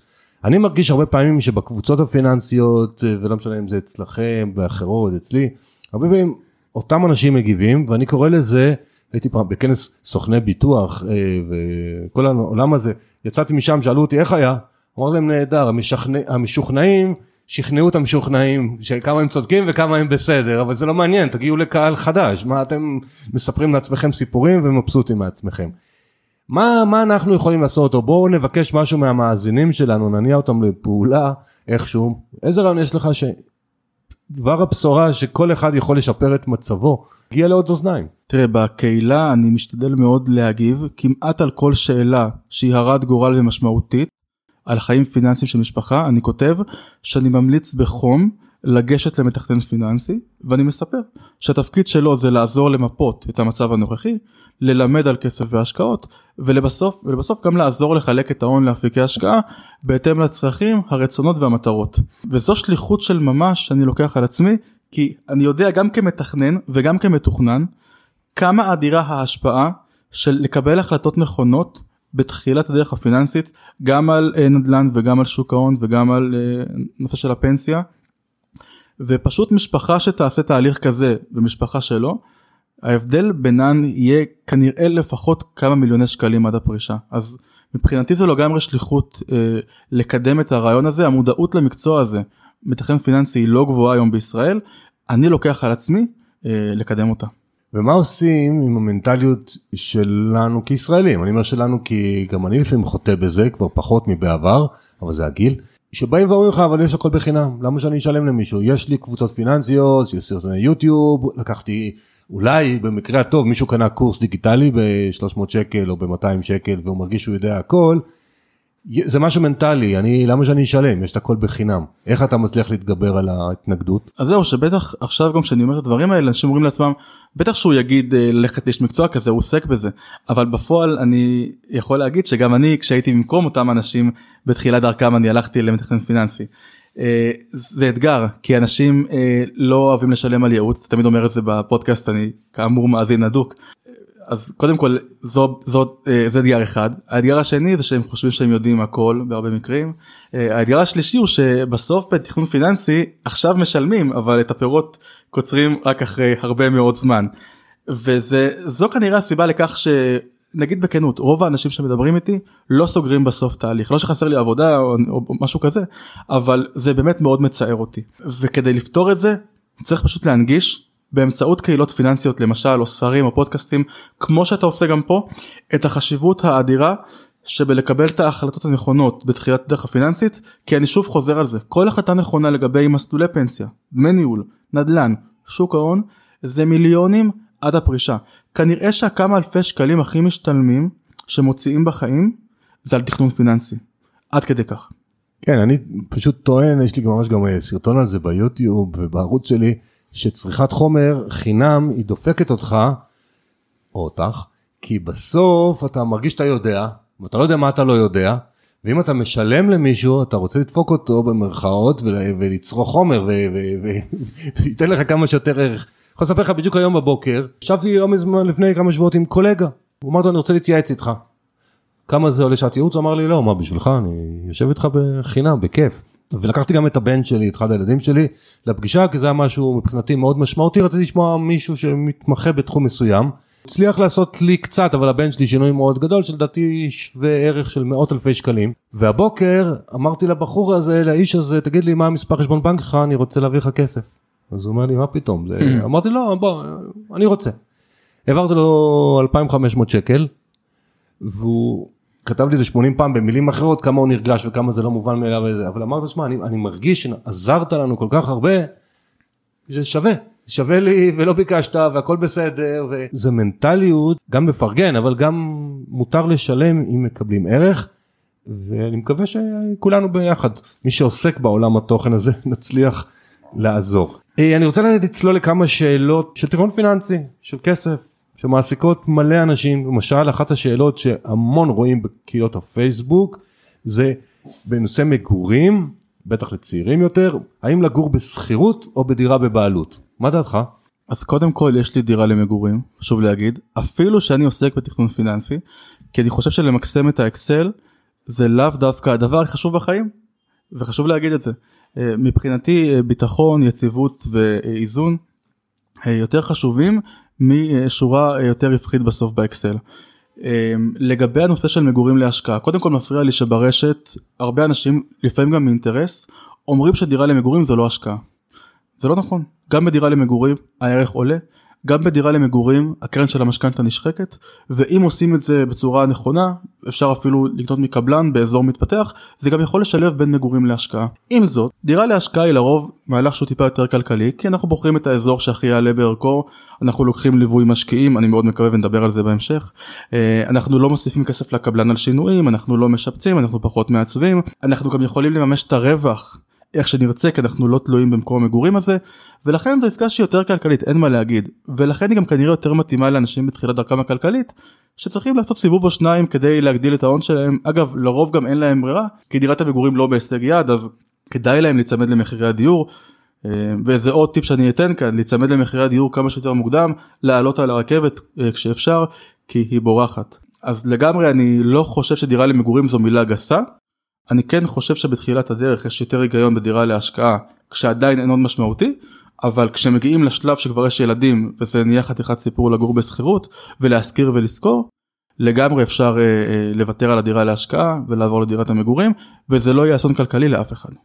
אני מרגיש הרבה פעמים שבקבוצות הפיננסיות, ולא משנה אם זה אצלכם ואחרות, אצלי, הרבה פעמים אותם אנשים מגיבים, ואני קורא לזה, הייתי פעם בכנס סוכני ביטוח, וכל העולם הזה, יצאתי משם, שאלו אותי איך היה, אמר להם נהדר, המשכנע, המשוכנעים, שכנעו את המשוכנעים, שכמה הם צודקים וכמה הם בסדר, אבל זה לא מעניין, תגיעו לקהל חדש, מה אתם מספרים לעצמכם סיפורים ומבסוטים מעצמכם. מה, מה אנחנו יכולים לעשות, או בואו נבקש משהו מהמאזינים שלנו, נניע אותם לפעולה, איכשהו, איזה רעיון יש לך שדבר הבשורה שכל אחד יכול לשפר את מצבו, הגיע לעוד אוזניים. תראה, בקהילה אני משתדל מאוד להגיב, כמעט על כל שאלה שהיא הרת גורל ומשמעותית, על חיים פיננסיים של משפחה, אני כותב שאני ממליץ בחום לגשת למתכנן פיננסי, ואני מספר שהתפקיד שלו זה לעזור למפות את המצב הנוכחי, ללמד על כסף והשקעות, ולבסוף, ולבסוף גם לעזור לחלק את ההון להפיקי השקעה, בהתאם לצרכים, הרצונות והמטרות. וזו שליחות של ממש שאני לוקח על עצמי, כי אני יודע גם כמתכנן וגם כמתוכנן, כמה אדירה ההשפעה של לקבל החלטות נכונות, בתחילת הדרך הפיננסית, גם על נדל"ן וגם על שוק ההון וגם על נושא של הפנסיה, ופשוט משפחה שתעשה תהליך כזה ומשפחה שלא, ההבדל בינן יהיה כנראה לפחות כמה מיליוני שקלים עד הפרישה. אז מבחינתי זה לא גם שליחות אה, לקדם את הרעיון הזה, המודעות למקצוע הזה, מתכנן פיננסי היא לא גבוהה היום בישראל, אני לוקח על עצמי אה, לקדם אותה. ומה עושים עם המנטליות שלנו כישראלים? אני אומר שלנו כי גם אני לפעמים חוטא בזה, כבר פחות מבעבר, אבל זה הגיל. שבאים ואומרים לך, אבל יש הכל בחינם, למה שאני אשלם למישהו? יש לי קבוצות פיננסיות, יש סרטוני יוטיוב, לקחתי אולי במקרה הטוב, מישהו קנה קורס דיגיטלי ב-שלוש מאות שקל או ב-מאתיים שקל, והוא מרגיש שהוא יודע הכל, זה משהו מנטלי, אני, למה שאני אשלם? יש את הכל בחינם. איך אתה מצליח להתגבר על ההתנגדות? אז זהו, שבטח עכשיו גם כשאני אומר את הדברים האלה, אנשים אומרים לעצמם, בטח שהוא יגיד לכת יש מקצוע כזה, הוא עוסק בזה. אבל בפועל אני יכול להגיד שגם אני, כשהייתי במקום אותם אנשים, בתחילת דרכם אני הלכתי למתכנן פיננסי. זה אתגר, כי אנשים לא אוהבים לשלם על ייעוץ, תמיד אומר את זה בפודקאסט, אני כאמור מאזין הדוק. אז קודם כל, זו, זו, זה אתגר אחד. האתגר השני זה שהם חושבים שהם יודעים הכל בהרבה מקרים. האתגר השלישי הוא שבסוף בתכנון פיננסי עכשיו משלמים, אבל את הפירות קוצרים רק אחרי הרבה מאוד זמן. וזו כנראה הסיבה לכך שנגיד בכנות, רוב האנשים שמדברים איתי לא סוגרים בסוף תהליך. לא שחסר לי עבודה או, או משהו כזה, אבל זה באמת מאוד מצער אותי. וכדי לפתור את זה, צריך פשוט להנגיש, באמצעות קהילות פיננסיות למשל, או ספרים או פודקאסטים, כמו שאתה עושה גם פה, את החשיבות האדירה שבלקבל את ההחלטות הנכונות בתחילת דרך הפיננסית, כי אני שוב חוזר על זה, כל החלטה נכונה לגבי מסלולי פנסיה, דמי ניהול, נדל"ן, שוק ההון, זה מיליונים עד הפרישה. כנראה שהכמה אלפי שקלים הכי משתלמים שמוציאים בחיים, זה על תכנון פיננסי, עד כדי כך. כן, אני פשוט טוען, יש לי ממש גם סרטון על זה ביוטיוב ובערוץ שלי, שצריכת חומר חינם היא דופקת אותך, או אותך, כי בסוף אתה מרגיש שאתה יודע, ואתה לא יודע מה אתה לא יודע, ואם אתה משלם למישהו, אתה רוצה לדפוק אותו במרכאות, ולצרוך חומר, וייתן לך כמה שיותר ערך. אני יכול לספר לך בדיוק היום בבוקר, ישבתי יום מזמן לפני כמה שבועות עם קולגה, הוא אמר לו, אני רוצה להתייעץ איתך. כמה זה עולה שעת ייעוץ? הוא אמר לי, לא, מה בשבילך, אני יושב איתך בחינם, בכיף. ולקחתי גם את הבן שלי, את אחד הילדים שלי, לפגישה, כי זה היה משהו מבחינתי מאוד משמעותי, רציתי לשמוע מישהו שמתמחה בתחום מסוים, הצליח לעשות לי קצת, אבל הבן שלי שינוי מאוד גדול, שלדעתי שווה ערך של מאות אלפי שקלים, והבוקר אמרתי לבחור הזה, לאיש הזה, תגיד לי מה המספר חשבון בנק לך, אני רוצה להביא לך כסף. אז הוא אומר לי, מה פתאום? זה... אמרתי לו, בוא, אני רוצה. העברתי לו אלפיים וחמש מאות שקל, והוא... כתב לי זה שמונים פעם במילים אחרות, כמה הוא נרגש וכמה זה לא מובן מאליו, אבל אמרת, שמה, אני, אני מרגיש שעזרת לנו כל כך הרבה, שזה שווה, שווה לי ולא ביקשת והכל בסדר, וזה מנטליות, גם מפרגן, אבל גם מותר לשלם אם מקבלים ערך, ואני מקווה שכולנו ביחד, מי שעוסק בעולם התוכן הזה, נצליח לעזור. אני רוצה לצלול לכמה שאלות של תכנון פיננסי, של כסף, שמעסיקות מלא אנשים, למשל אחת השאלות שהמון רואים בקהילות הפייסבוק, זה בנושא מגורים, בטח לצעירים יותר, האם לגור בסחירות או בדירה בבעלות? מה דעתך? אז קודם כל יש לי דירה למגורים, חשוב להגיד, אפילו שאני עוסק בתכנון פיננסי, כי אני חושב שלמקסם את האקסל, זה לאו דווקא הדבר הכי חשוב בחיים, וחשוב להגיד את זה. מבחינתי ביטחון, יציבות ואיזון יותר חשובים משורה יותר רווחית בסוף באקסל. לגבי הנושא של מגורים להשקעה, קודם כל מפריע לי שברשת הרבה אנשים, לפעמים גם מאינטרס, אומרים שדירה למגורים זה לא השקעה. זה לא נכון. גם בדירה למגורים הערך עולה, גם בדירה למגורים הקרן של המשכנתא נשחקת, ואם עושים את זה בצורה נכונה, אפשר אפילו לקנות מקבלן באזור מתפתח, זה גם יכול לשלב בין מגורים להשקעה. עם זאת, דירה להשקעה היא לרוב מהלך שהוא טיפה יותר כלכלי, כי אנחנו בוחרים את האזור שהכי יעלה בערכו, אנחנו לוקחים ליווי משקיעים, אני מאוד מקווה ונדבר על זה בהמשך, אנחנו לא מוסיפים כסף לקבלן על שינויים, אנחנו לא משפצים, אנחנו פחות מעצבים, אנחנו גם יכולים לממש את הרווח, איך שנרצה, כי אנחנו לא תלויים במקום המגורים הזה, ולכן זו עסקה שהיא יותר כלכלית, אין מה להגיד, ולכן היא גם כנראה יותר מתאימה לאנשים בתחילת דרכם הכלכלית, שצריכים לעשות סיבוב או שניים כדי להגדיל את ההון שלהם. אגב, לרוב גם אין להם ברירה, כי דירת המגורים לא בהישג יד, אז כדאי להם להצמד למחירי הדיור, וזה עוד טיפ שאני אתן כאן, להצמד למחירי הדיור כמה שיותר מוקדם, לעלות על הרכבת כשאפשר, כי היא בורחת. אז לגמרי אני לא חושב שדירה למגורים זו מילה גסה, אני כן חושב שבתחילת הדרך יש יותר היגיון בדירה להשקעה, כשעדיין אין עוד משמעותי, אבל כשמגיעים לשלב שכבר יש ילדים, וזה נהיה חתיכת סיפור לגור בסחירות, ולהשכיר ולזכור, לגמרי אפשר אה, אה, לוותר על הדירה להשקעה, ולעבור לדירת המגורים, וזה לא יהיה אסון כלכלי לאף אחד.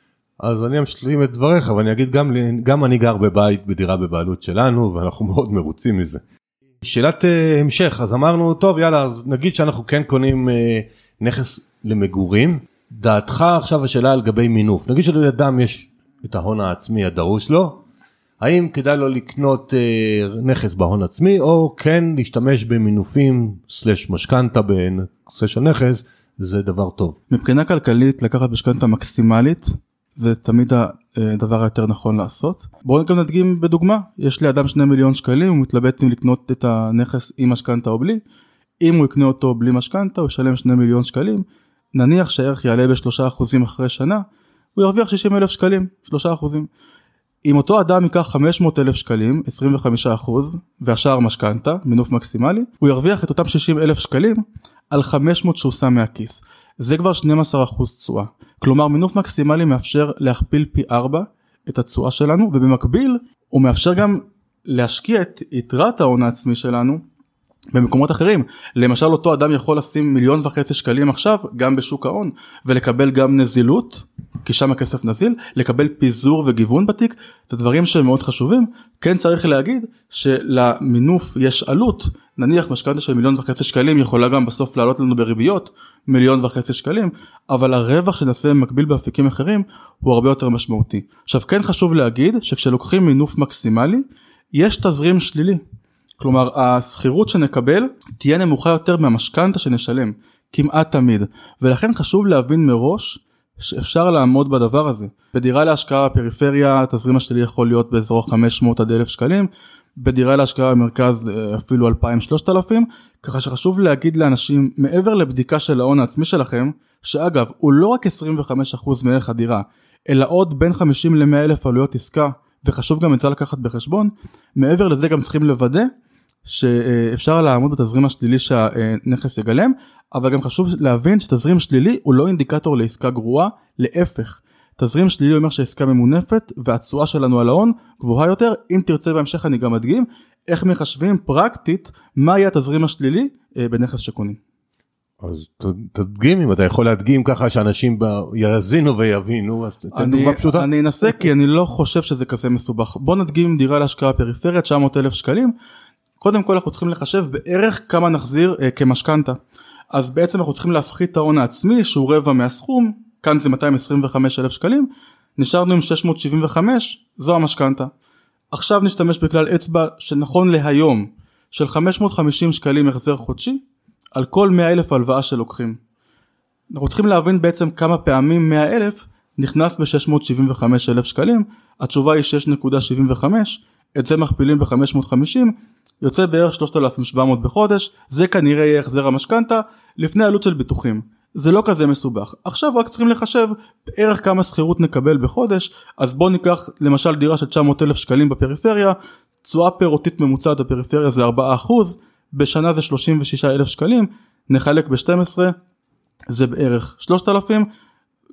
אז אני אשלים את דבריך, אבל אני אגיד גם, גם אני גר בבית בדירה בבעלות שלנו, ואנחנו מאוד מרוצים מזה. שאלת אה, המשך, אז אמרנו, טוב יאללה, אז נגיד שאנחנו כן קונים אה, נכס למגורים, דעתך עכשיו השאלה על גבי מינוף, נגיד שלאדם יש את ההון העצמי הדרוש לו, האם כדאי לו לקנות אה, נכס בהון עצמי, או כן להשתמש במינופים סלש משכנתא בנושא של נכס, זה דבר טוב. מבחינה כלכלית לקחת משכנתא מקסימלית, זה תמיד הדבר היותר נכון לעשות. בואו גם נדגים בדוגמה, יש לאדם שני מיליון שקלים, הוא מתלבט אם לקנות את הנכס עם משכנתא או בלי, אם הוא יקנה אותו בלי משכנתא, הוא ישלם שני מיליון שקלים, נניח שהערך יעלה בשלושה אחוזים אחרי שנה, הוא ירוויח שישים אלף שקלים, שלושה אחוזים. אם אותו אדם ייקח חמש מאות אלף שקלים, עשרים וחמישה אחוז, והשאר משכנתא, מינוף מקסימלי, הוא ירוויח את אותם שישים אלף שקלים, על חמש מאות שהוא שם מהכיס. זה כבר שנים עשר אחוז תשואה. כלומר, מינוף מקסימלי מאפשר להכפיל פי ארבע את התשואה שלנו, ובמקביל הוא מאפשר גם להשקיע את יתרת ההון העצמי שלנו, במקומות אחרים. למשל אותו אדם יכול לשים מיליון וחצי שקלים עכשיו גם בשוק ההון ולקבל גם נזילות, כי שם הכסף נזיל, לקבל פיזור וגיוון בתיק, זה דברים שמאוד חשובים. כן צריך להגיד שלמינוף יש עלות, נניח משכנתא של מיליון וחצי שקלים יכולה גם בסוף לעלות לנו בריביות מיליון וחצי שקלים, אבל הרווח שנעשה מקביל באפיקים אחרים הוא הרבה יותר משמעותי. עכשיו כן חשוב להגיד שכשלוקחים מינוף מקסימלי יש תזרים שלילי, כלומר, הסחירות שנקבל תהיה נמוכה יותר מהמשכנתא שנשלם, כמעט תמיד. ולכן חשוב להבין מראש שאפשר לעמוד בדבר הזה. בדירה להשקעה בפריפריה, התזרים השלילי יכול להיות באזור חמש מאות עד אלף שקלים, בדירה להשקעה במרכז אפילו אלפיים שלושת אלפים, ככה שחשוב להגיד לאנשים, מעבר לבדיקה של ההון העצמי שלכם, שאגב, הוא לא רק עשרים וחמישה אחוז מערך הדירה, אלא עוד בין חמישים למאה אלף עלויות עסקה, וחשוב גם את זה לקחת בחשבון. מעבר לזה גם צריכים לוודא, שאפשר לעמוד בתזרים השלילי שהנכס יגלם, אבל גם חשוב להבין שתזרים שלילי הוא לא אינדיקטור לעסקה גרועה, להפך. תזרים שלילי אומר שהעסקה ממונפת והתשואה שלנו על ההון גבוהה יותר. אם תרצה בהמשך אני גם אדגים איך מחשבים פרקטית מה יהיה התזרים השלילי בנכס שקונים. אז תדגים, אם אתה יכול להדגים ככה שאנשים יאזינו ויבינו, אז תן דוגמה פשוטה. אני אנסה כי אני לא חושב שזה כזה מסובך. בוא נדגים דירה להשקעה פריפריה, תשע מאות אלף שקלים. קודם כל אנחנו צריכים לחשב בערך כמה נחזיר אה, כמשכנתא. אז בעצם אנחנו צריכים להפחית את ההון העצמי שהוא רבע מהסכום, כאן זה מאתיים עשרים וחמישה אלף שקלים, נשארנו עם שש מאות שבעים וחמש, זו המשכנתא. עכשיו נשתמש בכלל אצבע שנכון להיום, של חמש מאות וחמישים שקלים החזר חודשי, על כל מאה אלף הלוואה שלוקחים. אנחנו צריכים להבין בעצם כמה פעמים מאה אלף נכנס ב-שש מאות שבעים וחמישה אלף שקלים, התשובה היא שש נקודה שבעים וחמש, את זה מכפילים ב-חמש מאות וחמישים, יוצא בערך שלושת אלפים ושבע מאות בחודש, זה כנראה יהיה החזר המשכנתא, לפני עלות של ביטוחים. זה לא כזה מסובך. עכשיו רק צריכים לחשב בערך כמה שכירות נקבל בחודש, אז בואו ניקח למשל דירה של תשע מאות אלף שקלים בפריפריה, תשואה פירותית ממוצעת בפריפריה זה ארבעה אחוז, בשנה זה שלושים ושישה אלף שקלים, נחלק ב-שתים עשרה, זה בערך שלושת אלפים,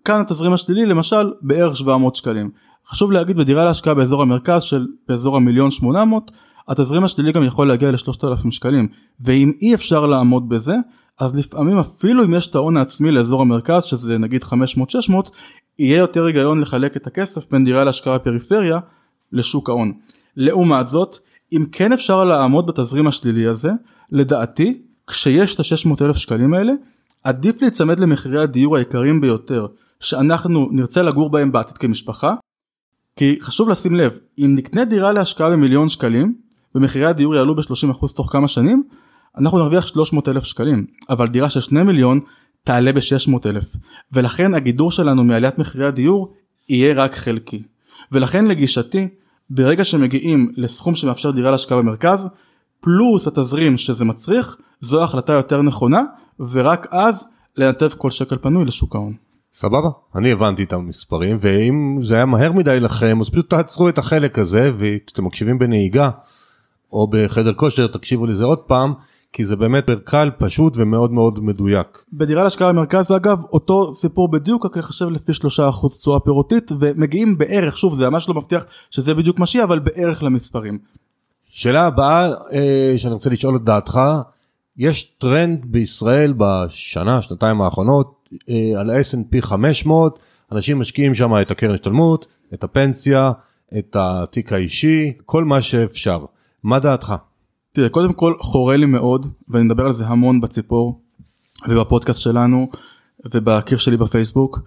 כאן התזרים השלילי למשל בערך שבע מאות שקלים. חשוב להגיד בדירה להשקעה באזור המרכז של באזור המיליון שמונה מאות, התזרים השלילי גם יכול להגיע ל-שלושת אלפים שקלים, ואם אי אפשר לעמוד בזה, אז לפעמים אפילו אם יש את ההון העצמי לאזור המרכז, שזה נגיד חמש מאות שש מאות, יהיה יותר היגיון לחלק את הכסף בין דירה להשקעה בפריפריה לשוק ההון. לעומת זאת, אם כן אפשר לעמוד בתזרים השלילי הזה, לדעתי, כשיש את ה-שש מאות אלף שקלים האלה, עדיף להצמד למחירי הדיור העיקריים ביותר, שאנחנו נרצה לגור בהם בעתיד כמשפחה, כי חשוב לשים לב, אם נקנה דירה להשקעה במיליון שקלים, ומחירי הדיור יעלו ב-שלושים אחוז תוך כמה שנים, אנחנו נרוויח שלוש מאות אלף שקלים, אבל דירה של שני מיליון תעלה ב-שש מאות אלף, ולכן הגידור שלנו מעליית מחירי הדיור יהיה רק חלקי. ולכן לגישתי, ברגע שמגיעים לסכום שמאפשר דירה להשקעה במרכז, פלוס התזרים שזה מצריך, זו החלטה יותר נכונה, ורק אז לנתב כל שקל פנוי לשוק ההון. סבבה, אני הבנתי את המספרים, ואם זה היה מהר מדי לכם, אז פשוט תעצרו את החלק הזה, וכשאתם מקשיבים בנהיגה, או בחדר כושר, תקשיבו לזה עוד פעם, כי זה באמת קל, פשוט ומאוד מאוד מדויק. בדירה להשקעה במרכז, אגב, אותו סיפור בדיוק, רק לחשב לפי שלושה אחוז תשואה פירותית, ומגיעים בערך, שוב, זה ממש לא מבטיח שזה בדיוק משי, אבל בערך למספרים. שאלה הבאה, שאני רוצה לשאול את דעתך, יש טרנד בישראל בשנה, שנתיים האחרונות, על ה-אס אנד פי חמש מאות, אנשים משקיעים שם את הקרן השתלמות, את הפנסיה, את התיק האישי, כל מה שאפשר. מה דעתך? תראה, קודם כל חורה לי מאוד, ואני מדבר על זה המון בציפור, ובפודקאסט שלנו, ובקיר שלי בפייסבוק,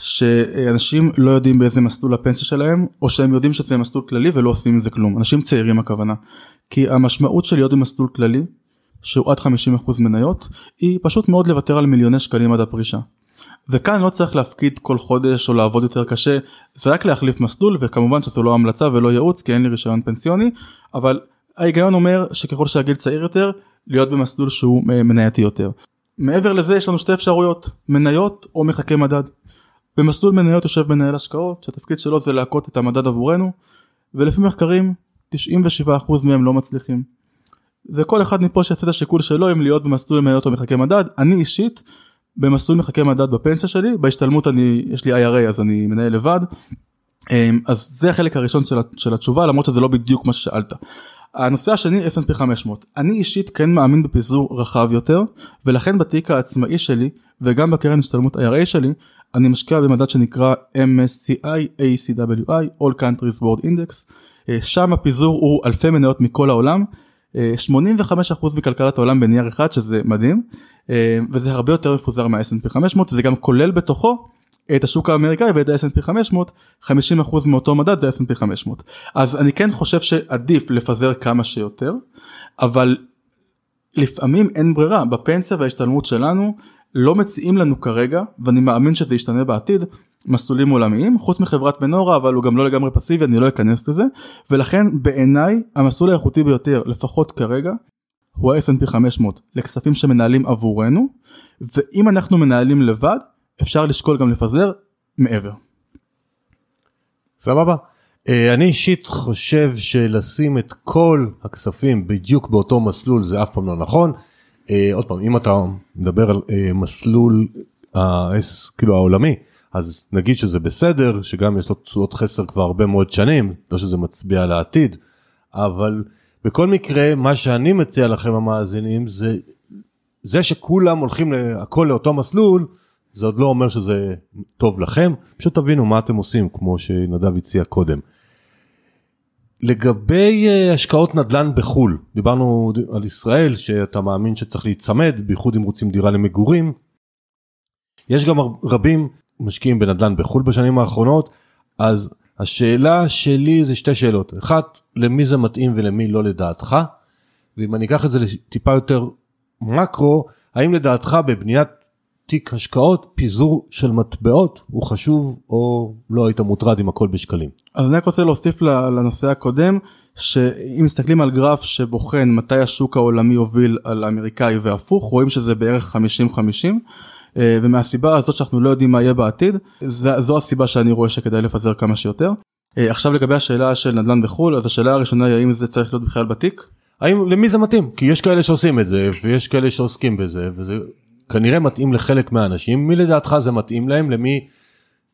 שאנשים לא יודעים באיזה מסלול הפנסיה שלהם, או שהם יודעים שזה מסלול כללי ולא עושים עם זה כלום. אנשים צעירים הכוונה. כי המשמעות של להיות במסלול כללי, שהוא עד חמישים אחוז מניות, היא פשוט מאוד לוותר על מיליוני שקלים עד הפרישה. וכאן לא צריך להפקיד כל חודש או לעבוד יותר קשה, זה רק להחליף מסלול, וכמובן שזו לא המלצה ולא ייעוץ, כי אין לי רישיון פנסיוני, אבל ההיגיון אומר שככל שהגיל צעיר יותר, להיות במסלול שהוא מנייתי יותר. מעבר לזה יש לנו שתי אפשרויות, מניות או מחכה מדד. במסלול מניות יושב מנהל השקעות, שהתפקיד שלו זה להקות את המדד עבורנו, ולפי מחקרים, תשעים ושבעה אחוז מהם לא מצליחים. וכל אחד מפה שיעשה את השיקול שלו, אם להיות במסלול מניות או מחכה מדד, אני אישית, במסלול מחכה מדד בפנסיה שלי, בהשתלמות אני, יש לי איי אר איי, אז אני מנהל לבד, אז זה החלק הראשון של, של התשובה, למרות שזה לא בדיוק מה ששאלת. הנושא השני, אס אנד פי חמש מאות. אני אישית כן מאמין בפיזור רחב יותר, ולכן בתיק העצמאי שלי, וגם בקרן השתלמות איי אר איי שלי, אני משקיע במדד שנקרא אם אס סי איי, איי סי דאבליו איי, All Countries World Index, שם הפיזור הוא אלפי מניות מכל העולם, שמונים וחמישה אחוז בכלכלת העולם בנייר אחד, שזה מדהים, וזה הרבה יותר מפוזר מה-אס אנד פי חמש מאות, זה גם כולל בתוכו את השוק האמריקאי ואת ה-אס אנד פי חמש מאות, חמישים אחוז מאותו מדד זה אס אנד פי חמש מאות. אז אני כן חושב שעדיף לפזר כמה שיותר, אבל לפעמים אין ברירה, בפנסיה וההשתלמות שלנו לא מציעים לנו כרגע, ואני מאמין שזה ישתנה בעתיד, מסלולים עולמיים, חוץ מחברת מנורה, אבל הוא גם לא לגמרי פסיבי, אני לא אכנס לזה, ולכן בעיניי המסלול האיכותי ביותר, לפחות כרגע, הוא ה-אס אנד פי חמש מאות, לכספים שמנהלים עבורנו, ואם אנחנו מנהלים לבד, אפשר לשקול גם לפזר מעבר. סבבה. אני אישית חושב שלשים את כל הכספים בדיוק באותו מסלול, זה אף פעם לא נכון. עוד פעם, אם אתה מדבר על מסלול כאילו העולמי, אז נגיד שזה בסדר, שגם יש לו תשואות חסר כבר הרבה מאוד שנים, לא שזה מצביע על העתיד, אבל בכל מקרה, מה שאני מציע לכם המאזינים, זה, זה שכולם הולכים הכל לאותו מסלול, זה עוד לא אומר שזה טוב לכם, פשוט תבינו מה אתם עושים, כמו שנדב הציע קודם. לגבי השקעות נדל"ן בחול, דיברנו על ישראל, שאתה מאמין שצריך להצמד, בייחוד אם רוצים דירה למגורים, יש גם רבים משקיעים בנדל"ן בחול בשנים האחרונות, אז השאלה שלי זה שתי שאלות, אחת, למי זה מתאים ולמי לא לדעתך, ואם אני אקח את זה לטיפה יותר מקרו, האם לדעתך בבניית תיק השקעות, פיזור של מטבעות, הוא חשוב או לא היית מוטרד עם הכל בשקלים? אז אני רק רוצה להוסיף לנושא הקודם, שאם מסתכלים על גרף שבוחן מתי השוק העולמי הוביל על האמריקאי והפוך, רואים שזה בערך חמישים חמישים, ומהסיבה הזאת שאנחנו לא יודעים מה יהיה בעתיד, זו הסיבה שאני רואה שכדאי לפזר כמה שיותר. עכשיו לגבי השאלה של נדל"ן בחול, אז השאלה הראשונה היא האם זה צריך להיות בכלל בתיק? האם, למי זה מתאים? כי יש כאלה שעושים את זה, ויש כאלה שעוסקים בזה, וזה כנראה מתאים לחלק מהאנשים. מי לדעתך זה מתאים להם? למי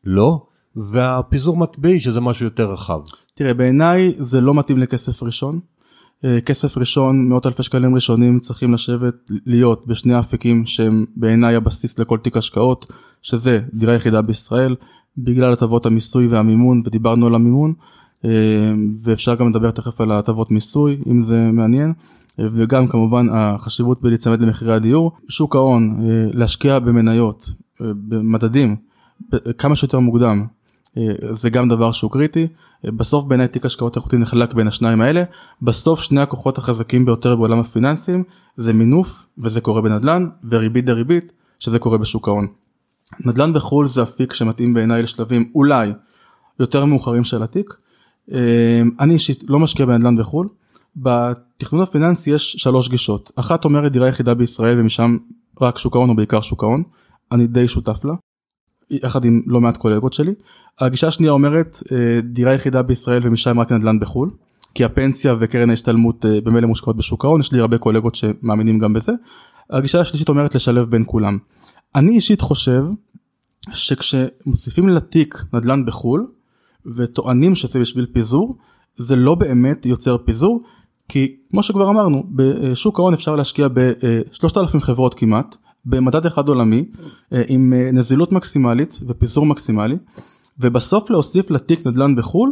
לא, והפיזור מטבעי שזה משהו יותר רחב. תראה, בעיניי זה לא מתאים לכסף ראשון. כסף ראשון, מאות אלפי שקלים ראשונים צריכים לשבת, להיות בשני האפיקים שהם בעיניי הבסיס לכל תיק השקעות, שזה דירה יחידה בישראל, בגלל הטבות המיסוי והמימון, ודיברנו על המימון, ואפשר גם לדבר תכף על הטבות מיסוי, אם זה מעניין, וגם כמובן החשיבות בלהצמד למחירי הדיור, שוק ההון, להשקיע במניות, במדדים, כמה שיותר מוקדם, זה גם דבר שהוא קריטי. בסוף בעיניי תיק השקעות איכותי נחלק בין השניים האלה. בסוף שני הכוחות החזקים ביותר בעולם הפיננסים זה מינוף, וזה קורה בנדל"ן, וריבית דריבית, שזה קורה בשוק ההון. נדל"ן בחו"ל זה אפיק שמתאים בעיניי לשלבים אולי יותר מאוחרים של התיק. אני אישית לא משקיע בנדל"ן בחו"ל. בתכנון הפיננסי יש שלוש גישות. אחת אומרת דירה יחידה בישראל ומשם רק שוק ההון או בעיקר שוק ההון. אני די שותף לה. יחד עם לא מעט קולגות שלי. הגישה השנייה אומרת דירה יחידה בישראל ומשם רק נדל"ן בחו"ל, כי הפנסיה וקרן ההשתלמות במילא מושקעות בשוק ההון, יש לי הרבה קולגות שמאמינים גם בזה. הגישה השלישית אומרת לשלב בין כולם. אני אישית חושב שכשמוסיפים לתיק נדל"ן בחו"ל, וטוענים שזה בשביל פיזור, זה לא באמת יוצר פיזור, כי כמו שכבר אמרנו, בשוק ההון אפשר להשקיע ב-שלושת אלפים חברות כמעט, במדד אחד עולמי, עם נזילות מקסימלית ופיזור מקסימלי, ובסוף להוסיף לתיק נדל"ן בחו"ל,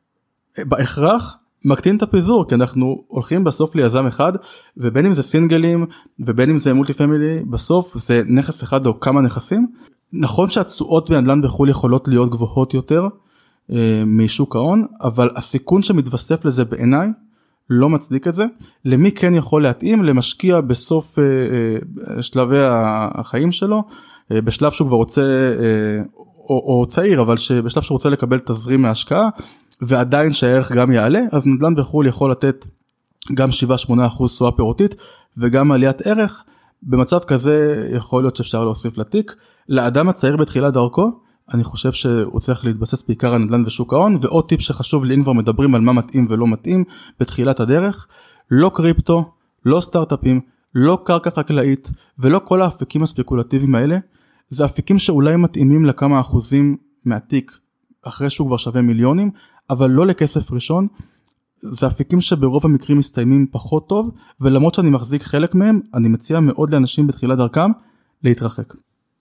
בהכרח מקטין את הפיזור, כי אנחנו הולכים בסוף ליזם אחד, ובין אם זה סינגלים, ובין אם זה מולטי פמילי, בסוף זה נכס אחד או כמה נכסים. נכון שהתשואות בנדל"ן בחו"ל יכולות להיות גבוהות יותר משוק ההון, אבל הסיכון שמתווסף לזה בעיניי, לא מצדיק את זה. למי כן יכול להתאים? למשקיע בסוף שלבי החיים שלו, בשלב שהוא כבר רוצה, או, או צעיר, אבל בשלב שהוא רוצה לקבל תזרים מההשקעה, ועדיין שהערך גם יעלה, אז נדל"ן בחו"ל יכול לתת גם שבעה שמונה אחוז תשואה פירותית, וגם עליית ערך. במצב כזה יכול להיות שאפשר להוסיף לתיק. לאדם הצעיר בתחילת דרכו, אני חושב שהוא צריך להתבסס בעיקר על נדל"ן ושוק ההון, ועוד טיפ שחשוב לי, אם כבר מדברים על מה מתאים ולא מתאים, בתחילת הדרך, לא קריפטו, לא סטארט-אפים, לא קרקע חקלאית, ולא כל האפיקים הספקולטיביים האלה, זה אפיקים שאולי מתאימים לכמה אחוזים מהתיק, אחרי שהוא כבר שווה מיליונים, אבל לא לכסף ראשון, זה אפיקים שברוב המקרים מסתיימים פחות טוב, ולמרות שאני מחזיק חלק מהם, אני מציע מאוד לאנשים בתחילת דרכם, להתרחק.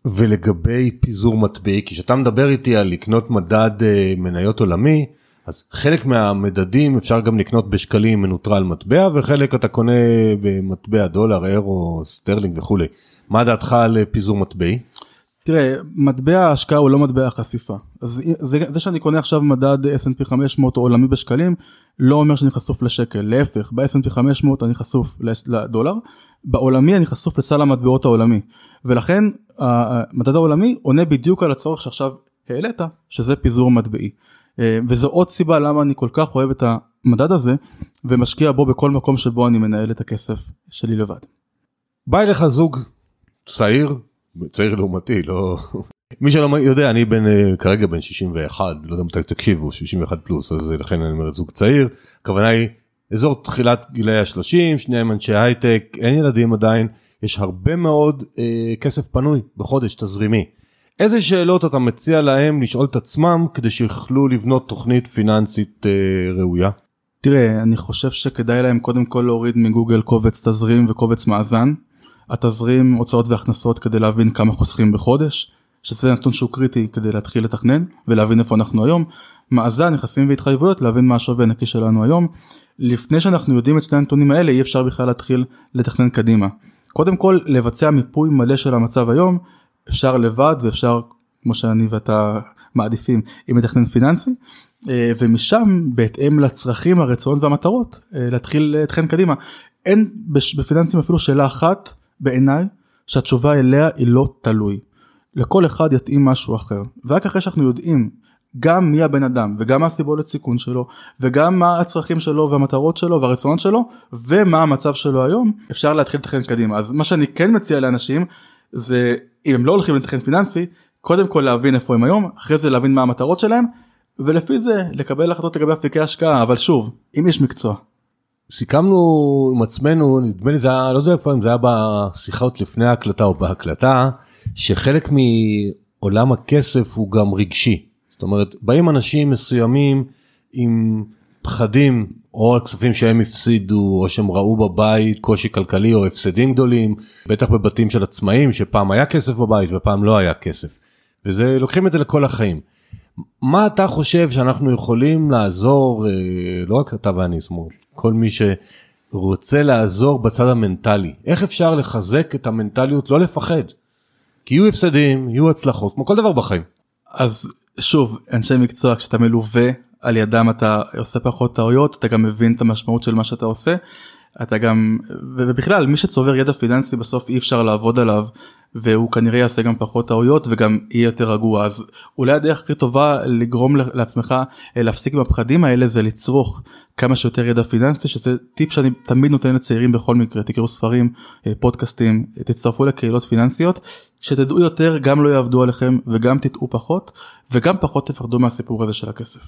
ולגבי פיזור מטבעי, כי שאתה מדבר איתי על לקנות מדד מניות עולמי, אז חלק מהמדדים אפשר גם לקנות בשקלים מנוטרל מטבע, וחלק אתה קונה במטבע דולר, אירו, סטרלינג וכו'. מה דעתך על פיזור מטבעי? תראה, מטבע ההשקעה הוא לא מטבע החשיפה. אז זה, זה שאני קונה עכשיו מדד אס אנד פי חמש מאות או עולמי בשקלים, לא אומר שאני חשוף לשקל. להפך, ב-אס אנד פי חמש מאות אני חשוף לדולר, בעולמי אני חשוף לסל המטבעות העולמי. ולכן המדד העולמי עונה בדיוק על הצורך שעכשיו העלית, שזה פיזור מטבעי. וזו עוד סיבה למה אני כל כך אוהב את המדד הזה, ומשקיע בו בכל מקום שבו אני מנהל את הכסף שלי לבד. בא אליך זוג צעיר, צעיר לעומתי, לא... מי שלא יודע, אני בן, כרגע בן שישים ואחת, לא יודע מתי תקשיבו, שישים ואחת פלוס, אז לכן אני אומר זוג צעיר, הכוונה היא אזור תחילת גילי ה-שלושים, שניהם אנשי הייטק, אין ילדים עדיין, יש הרבה מאוד אה, כסף פנוי בחודש תזרימי. איזה שאלות אתה מציע להם לשאול את עצמם, כדי שיוכלו לבנות תוכנית פיננסית אה, ראויה? תראה, אני חושב שכדאי להם קודם כל להוריד מגוגל קובץ תזרים וקובץ מאזן, התזרים, הוצאות והכנסות כדי להבין כמה חוסכים בחודש, שזה נתון שהוא קריטי כדי להתחיל לתכנן ולהבין איפה אנחנו היום, מאזן, נכסים והתחייבויות, להבין מה השווי הנקי שלנו היום. לפני שאנחנו יודעים את שני הנתונים האלה, אי אפשר בכלל להתחיל לתכנן קדימה. קודם כל, לבצע מיפוי מלא של המצב היום, אפשר לבד ואפשר, כמו שאני ואתה מעדיפים, עם מתכנן פיננסי, ומשם, בהתאם לצרכים, הרצונות והמטרות, להתחיל לתכנן קדימה. אין בפיננסים אפילו שאלה אחת, בעיניי, שהתשובה אליה היא לא תלוי. לכל אחד יתאים משהו אחר. ורק אחרי שאנחנו יודעים גם מי הבן אדם, וגם מה הסיבולת סיכון שלו, וגם מה הצרכים שלו והמטרות שלו והרצונות שלו, ומה המצב שלו היום, אפשר להתחיל לתכנן קדימה. אז מה שאני כן מציע לאנשים, זה אם הם לא הולכים לתכנן פיננסי, קודם כל להבין איפה הם היום, אחרי זה להבין מה המטרות שלהם, ולפי זה לקבל החלטות לגבי אפיקי השקעה, אבל שוב, אם יש מקצוע. סיכמנו עם עצמנו, נדמה לי זה היה, לא יודע איפה אם זה היה בשיחות לפני ההקלטה או בהקלטה, שחלק עולם הכסף הוא גם רגשי. זאת אומרת, באים אנשים מסוימים עם פחדים, או על כספים שהם הפסידו, או שהם ראו בבית קושי כלכלי, או הפסדים גדולים, בטח בבתים של עצמאים, שפעם היה כסף בבית, ופעם לא היה כסף. וזה, לוקחים את זה לכל החיים. מה אתה חושב שאנחנו יכולים לעזור, לא רק אתה ואני, זאת אומרת, כל מי שרוצה לעזור בצד המנטלי, איך אפשר לחזק את המנטליות, לא לפחד? כי יהיו הפסדים, יהיו הצלחות, כמו כל דבר בחיים. אז שוב, אנשי מקצוע, כשאתה מלווה על ידם, אתה עושה פחות טעויות, אתה גם מבין את המשמעות של מה שאתה עושה, אתה גם, ובכלל, מי שצובר ידע פיננסי בסוף אי אפשר לעבוד עליו, והוא כנראה יעשה גם פחות טעויות, וגם יהיה יותר רגוע. אז אולי הדרך הכי טובה לגרום לעצמך להפסיק עם הפחדים האלה, זה לצרוך כמה שיותר ידע פיננסי, שזה טיפ שאני תמיד נותן לצעירים בכל מקרה, תקראו ספרים, פודקאסטים, תצטרפו לקהילות פיננסיות, שתדעו יותר, גם לא יעבדו עליכם, וגם תטעו פחות, וגם פחות תפחדו מהסיפור הזה של הכסף.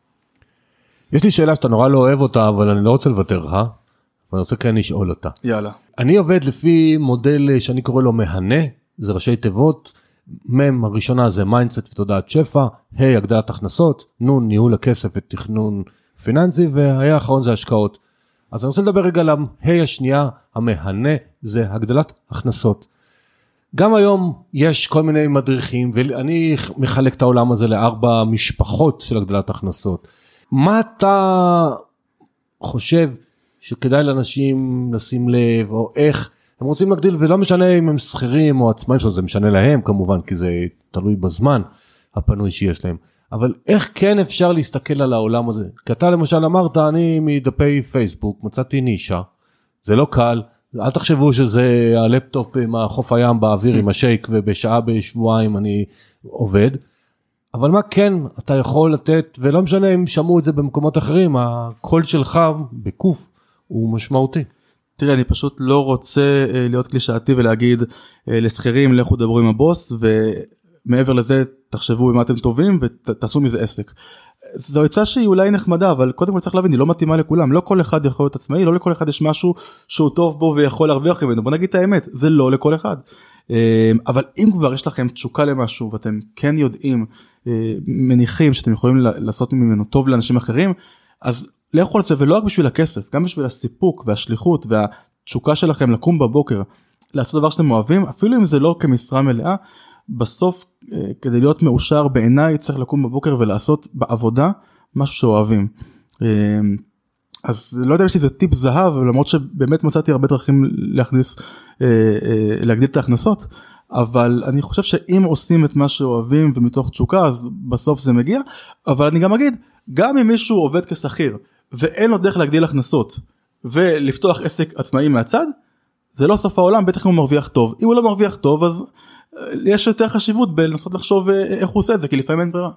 יש לי שאלה שאתה נורא לא אוהב אותה, אבל אני לא רוצה לוותר לך, ואני רוצה כן לשאול אותה. יאללה. אני עובד לפי מודל שאני קורא לו מהנה, זה ראשי תיבות, מם הראשונה זה מיינדסט ותודעת שפע, ה' הגדלת הכנסות, נון ניהול הכסף ותכנון פיננסי, וההיה האחרון זה השקעות. אז אני רוצה לדבר רגע על ה' השנייה, המהנה זה הגדלת הכנסות. גם היום יש כל מיני מדריכים, ואני מחלק את העולם הזה לארבע משפחות של הגדלת הכנסות. מה אתה חושב שכדאי לאנשים לשים לב, או איך הם רוצים להגדיל, ולא משנה אם הם שכירים או עצמאים, זה משנה להם כמובן, כי זה תלוי בזמן הפנוי שיש להם, אבל איך כן אפשר להסתכל על העולם הזה? כי אתה למשל אמרת, אני מדפי פייסבוק, מצאתי נישה, זה לא קל, אל תחשבו שזה הלפטופ מהחוף הים באוויר עם השייק, ובשעה בשבועיים אני עובד, אבל מה כן אתה יכול לתת, ולא משנה אם שמעו את זה במקומות אחרים, הקול שלך בקוף הוא משמעותי. תראה, אני פשוט לא רוצה להיות קלישאתי ולהגיד לסחירים, לכו דברו עם הבוס, ומעבר לזה תחשבו אם אתם טובים ותעשו מזה עסק. זו עצה שהיא אולי נחמדה, אבל קודם כל צריך להבין, היא לא מתאימה לכולם, לא כל אחד יכול להיות עצמאי, לא לכל אחד יש משהו שהוא טוב בו ויכול להרוויח ממנו, בוא נגיד את האמת, זה לא לכל אחד. אבל אם כבר יש לכם תשוקה למשהו, ואתם כן יודעים, מניחים שאתם יכולים לעשות ממנו טוב לאנשים אחרים, אז לכו על זה, ולא רק בשביל הכסף, גם בשביל הסיפוק והשליחות והתשוקה שלכם לקום בבוקר, לעשות דבר שאתם אוהבים, אפילו אם זה לא כמשרה מלאה, בסוף כדי להיות מאושר בעיניי צריך לקום בבוקר ולעשות בעבודה משהו שאוהבים. אז לא יודע אם יש לי איזה טיפ זהב, למרות שבאמת מצאתי הרבה דרכים להכניס, להגדיל את ההכנסות, אבל אני חושב שאם עושים את מה שאוהבים ומתוך תשוקה, אז בסוף זה מגיע. אבל אני גם אגיד, גם אם מישהו עובד כשכיר, ואין לו דרך להגדיל הכנסות, ולפתוח עסק עצמאי מהצד, זה לא סוף העולם, בטח אם הוא מרוויח טוב. אם הוא לא מרוויח טוב, אז יש יותר חשיבות בלנסות לחשוב איך הוא עושה את זה, כי לפעמים אין ברירה.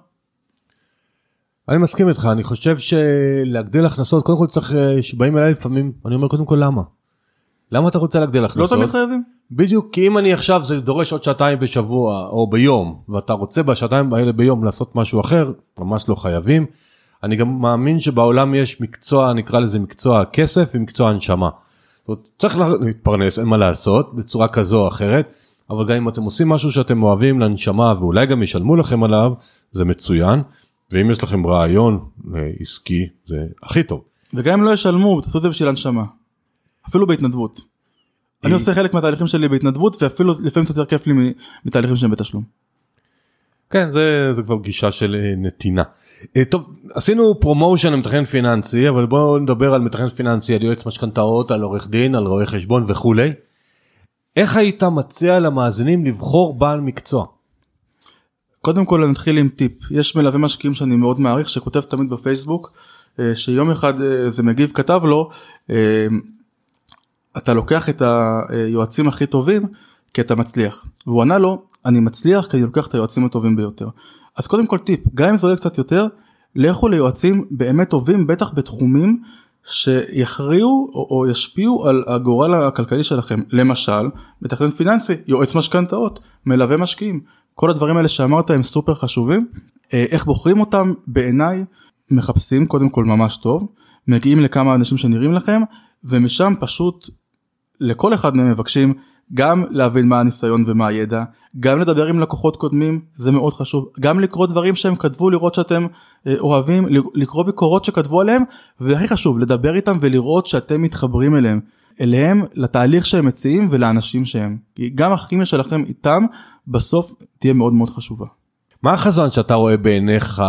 אני מסכים איתך, אני חושב שלהגדיל הכנסות, קודם כל צריך, שבאים אליי לפעמים, אני אומר קודם כל למה? למה אתה רוצה להגדיל הכנסות? לא תמיד חייבים. בדיוק, כי אם אני עכשיו, זה דורש עוד שעתיים בשבוע או ביום, ואתה רוצה בשעתיים האלה ביום לעשות משהו אחר, ממש לא חייבים. אני גם מאמין שבעולם יש מקצוע, נקרא לזה מקצוע כסף ומקצוע הנשמה. זאת אומרת, צריך להתפרנס, אין מה לעשות, בצורה כזו או אחרת, אבל גם אם אתם עושים משהו שאתם אוהבים לנשמה, ואולי גם ישלמו לכם עליו, זה מצוין, ואם יש לכם רעיון עסקי, זה הכי טוב. וגם אם לא ישלמו, תעשו את זה בשביל הנשמה. אפילו בהתנדבות. אני עושה חלק מהתהליכים שלי בהתנדבות, ואפילו לפעמים זה יותר כיף לי מתהליכים שהם בתשלום. כן, זה, זה כבר גישה של נתינה. טוב, עשינו פרומושן למתכנן פיננסי, אבל בואו נדבר על מתכנן פיננסי, על יועץ משכנתאות, על עורך דין, על רואה חשבון וכו'. איך היית מציע למאזינים לבחור בעל מקצוע? קודם כל נתחיל עם טיפ. יש מלווה משקיעים שאני מאוד מעריך, שכותב תמיד בפייסבוק, שיום אחד זה מגיב כתב לו, אתה לוקח את היועצים הכי טובים, כי אתה מצליח. והוא ענה לו, אני מצליח כי אני לוקח את היועצים הטובים ביותר. אז קודם כל טיפ, גם אם זה עולה קצת יותר, לכו ליועצים באמת טובים, בטח בתחומים שיכריעו או, או ישפיעו על הגורל הכלכלי שלכם. למשל, מתכנן פיננסי, יועץ משכנתאות, מלווה משקיעים. כל הדברים האלה שאמרת הם סופר חשובים. איך בוחרים אותם? בעיניי מחפשים קודם כל ממש טוב, מגיעים לכמה אנשים שנראים לכם, ומשם פשוט לכל אחד מהם מבקשים גם להבין מה הניסיון ומה הידע, גם לדבר עם לקוחות קודמים, זה מאוד חשוב, גם לקרוא דברים שהם כתבו, לראות שאתם אוהבים, לקרוא ביקורות שכתבו עליהם, והכי חשוב, לדבר איתם ולראות שאתם מתחברים אליהם, אליהם, לתהליך שהם מציעים ולאנשים שהם. גם הכימיה שלכם איתם, בסוף תהיה מאוד מאוד חשובה. מה החזון שאתה רואה בעיניך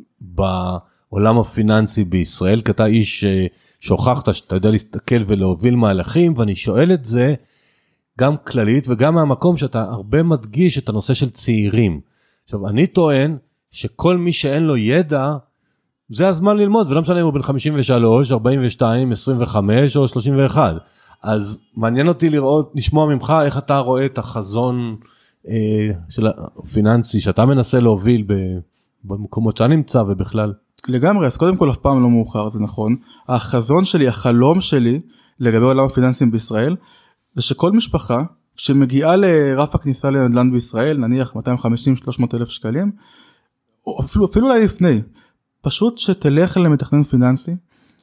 בעולם הפיננסי בישראל? כי אתה איש שהוכחת שאתה יודע להסתכל ולהוביל מהלכים, ואני שואל את זה גם כללית וגם מהמקום שאתה הרבה מדגיש את הנושא של צעירים. עכשיו, אני טוען שכל מי שאין לו ידע, זה הזמן ללמוד, ולא משנה אם הוא בן חמישים ושלוש, ארבעים ושתיים, עשרים וחמש או שלושים ואחת. אז מעניין אותי לראות, לשמוע ממך איך אתה רואה את החזון אה, של הפיננסי, שאתה מנסה להוביל במקומות שאני נמצא ובכלל. לגמרי, אז קודם כל אף פעם לא מאוחר, זה נכון. החזון שלי, החלום שלי, לגבי עולם הפיננסים בישראל, זה שכל משפחה שמגיעה לרף הכניסה לנדל"ן בישראל, נניח מאתיים וחמישים עד שלוש מאות אלף שקלים, או אפילו, אפילו אולי לפני, פשוט שתלך למתכנן פיננסי,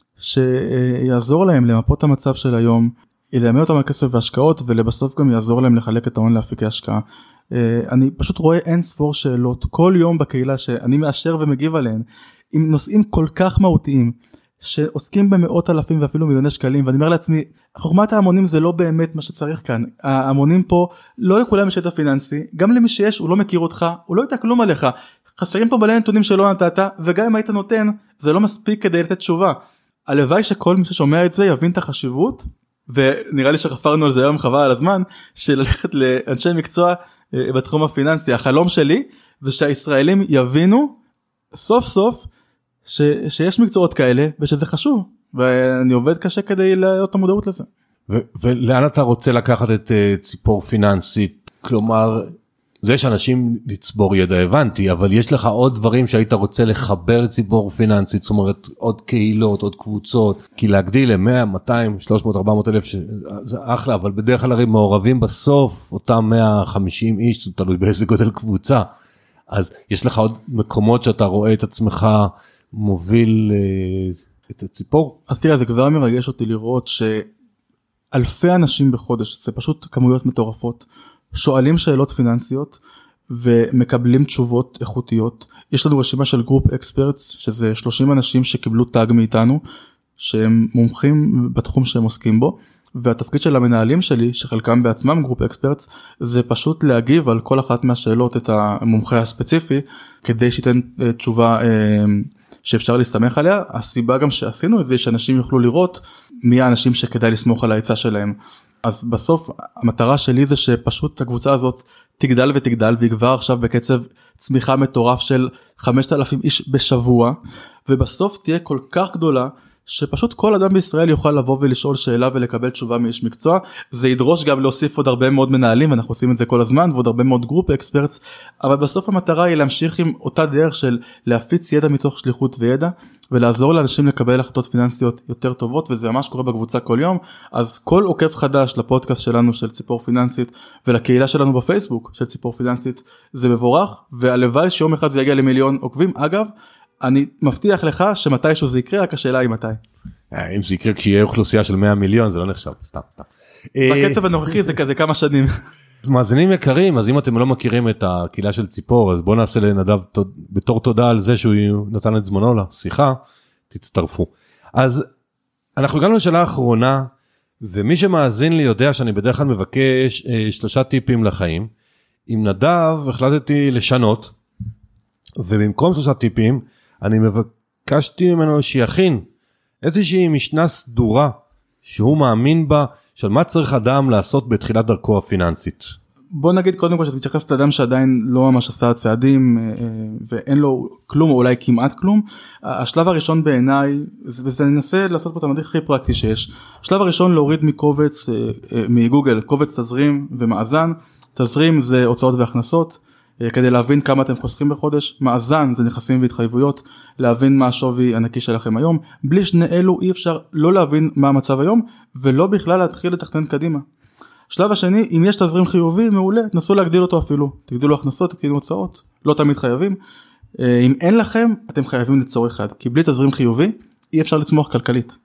שיעזור להם למפות המצב של היום, ילמד אותם על כסף והשקעות, ולבסוף גם יעזור להם לחלק את ההון להפיקי השקעה. אני פשוט רואה אין ספור שאלות, כל יום בקהילה שאני מאשר ומגיב עליהן, עם נושאים כל כך מהותיים, שעוסקים במאות אלפים ואפילו מיליוני שקלים, ואני אומר לעצמי, חוכמת ההמונים זה לא באמת מה שצריך כאן, ההמונים פה, לא לכולם יש ידע פיננסי, גם למי שיש, הוא לא מכיר אותך, הוא לא יודע כלום עליך, חסרים פה מלא נתונים שלא נתת, וגם אם היית נותן, זה לא מספיק כדי לתת תשובה. הלוואי שכל מי ששומע את זה יבין את החשיבות, ונראה לי שחפרנו על זה היום חבל על הזמן, של ללכת לאנשי מקצוע בתחום הפיננסי. החלום שלי זה שהישראלים יבינו סוף סוף ש, שיש מקצועות כאלה ושזה חשוב, ואני עובד קשה כדי להיות המודעות לזה. ו, ולאן אתה רוצה לקחת את uh, ציפור פיננסית? כלומר, זה שאנשים לצבור ידע הבנתי, אבל יש לך עוד דברים שהיית רוצה לחבר לציפור פיננסית, זאת אומרת עוד קהילות, עוד קבוצות, כי להגדיל ל-מאה, מאתיים, שלוש מאות, ארבע מאות אלף, זה אחלה, אבל בדרך כלל הרי מעורבים בסוף, אותם מאה וחמישים איש, זה תלוי באיזה גודל קבוצה, אז יש לך עוד מקומות שאתה רואה את עצמך מוביל אה, את הציפור? אז תראה, זה כבר מרגש אותי לראות שאלפי אנשים בחודש, זה פשוט כמויות מטורפות, שואלים שאלות פיננסיות ומקבלים תשובות איכותיות. יש לנו רשימה של גרופ אקספרטס, שזה שלושים אנשים שקיבלו טאג מאיתנו, שהם מומחים בתחום שהם עוסקים בו, והתפקיד של המנהלים שלי, שחלקם בעצמם גרופ אקספרטס, זה פשוט להגיב על כל אחת מהשאלות את המומחה הספציפי, כדי שייתן תשובה שאפשר להסתמך עליה. הסיבה גם שעשינו את זה, שאנשים יוכלו לראות מי האנשים שכדאי לסמוך על ההיצע שלהם. אז בסוף המטרה שלי זה שפשוט הקבוצה הזאת תגדל ותגדל, והיא כבר עכשיו בקצב צמיחה מטורף של חמשת אלפים איש בשבוע, ובסוף תהיה כל כך גדולה, שפשוט כל אדם בישראל יוכל לבוא ולשאול שאלה ולקבל תשובה מאיש מקצוע. זה ידרוש גם להוסיף עוד הרבה מאוד מנהלים, ואנחנו עושים את זה כל הזמן, ועוד הרבה מאוד גרופ אקספרטס, אבל בסוף המטרה היא להמשיך עם אותה דרך של להפיץ ידע מתוך שליחות וידע, ולעזור לאנשים לקבל החלטות פיננסיות יותר טובות, וזה ממש קורה בקבוצה כל יום. אז כל עוקב חדש לפודקאסט שלנו של ציפור פיננסית, ולקהילה שלנו בפייסבוק של ציפור פיננסית, זה מבורך, והלוואי שיום אחד זה יגיע למיליון עוקבים. אגב, אני מבטיח לך שמתישהו זה יקרה, רק השאלה היא מתי. אם זה יקרה כשיהיה אוכלוסייה של מאה מיליון, זה לא נחשב, סתם, סתם. בקצב הנוכחי זה כזה כמה שנים. מאזינים יקרים, אז אם אתם לא מכירים את הקהילה של ציפור, אז בואו נעשה לנדב בתור תודה על זה שהוא נתן את זמנו לשיחה, תצטרפו. אז אנחנו הגענו לשאלה האחרונה, ומי שמאזין לי יודע שאני בדרך כלל מבקש שלושה טיפים לחיים. עם נדב החלטתי לשנות, ובמקום שלושה טיפים, אני מבקשתי ממנו שיכין איזושהי משנה סדורה שהוא מאמין בה, של מה צריך אדם לעשות בתחילת דרכו הפיננסית. בוא נגיד קודם כל שאתה מתייחס לאדם שעדיין לא ממש עשה צעדים ואין לו כלום או אולי כמעט כלום. השלב הראשון בעיניי, וזה ננסה לעשות פה את המדריך הכי פרקטי שיש, השלב הראשון להוריד מקובץ מגוגל, קובץ תזרים ומאזן. תזרים זה הוצאות והכנסות, כדי להבין כמה אתם חוסכים בחודש. מאזן זה נכסים והתחייבויות, להבין מה השווי הנקי שלכם היום. בלי שני אלו אי אפשר לא להבין מה המצב היום, ולא בכלל להתחיל לתכנן קדימה. שלב השני, אם יש תזרים חיובי, מעולה, תנסו להגדיל אותו אפילו. תגדילו הכנסות, תגדילו הוצאות, לא תמיד חייבים. אם אין לכם, אתם חייבים ליצור אחד, כי בלי תזרים חיובי, אי אפשר לצמוח כלכלית.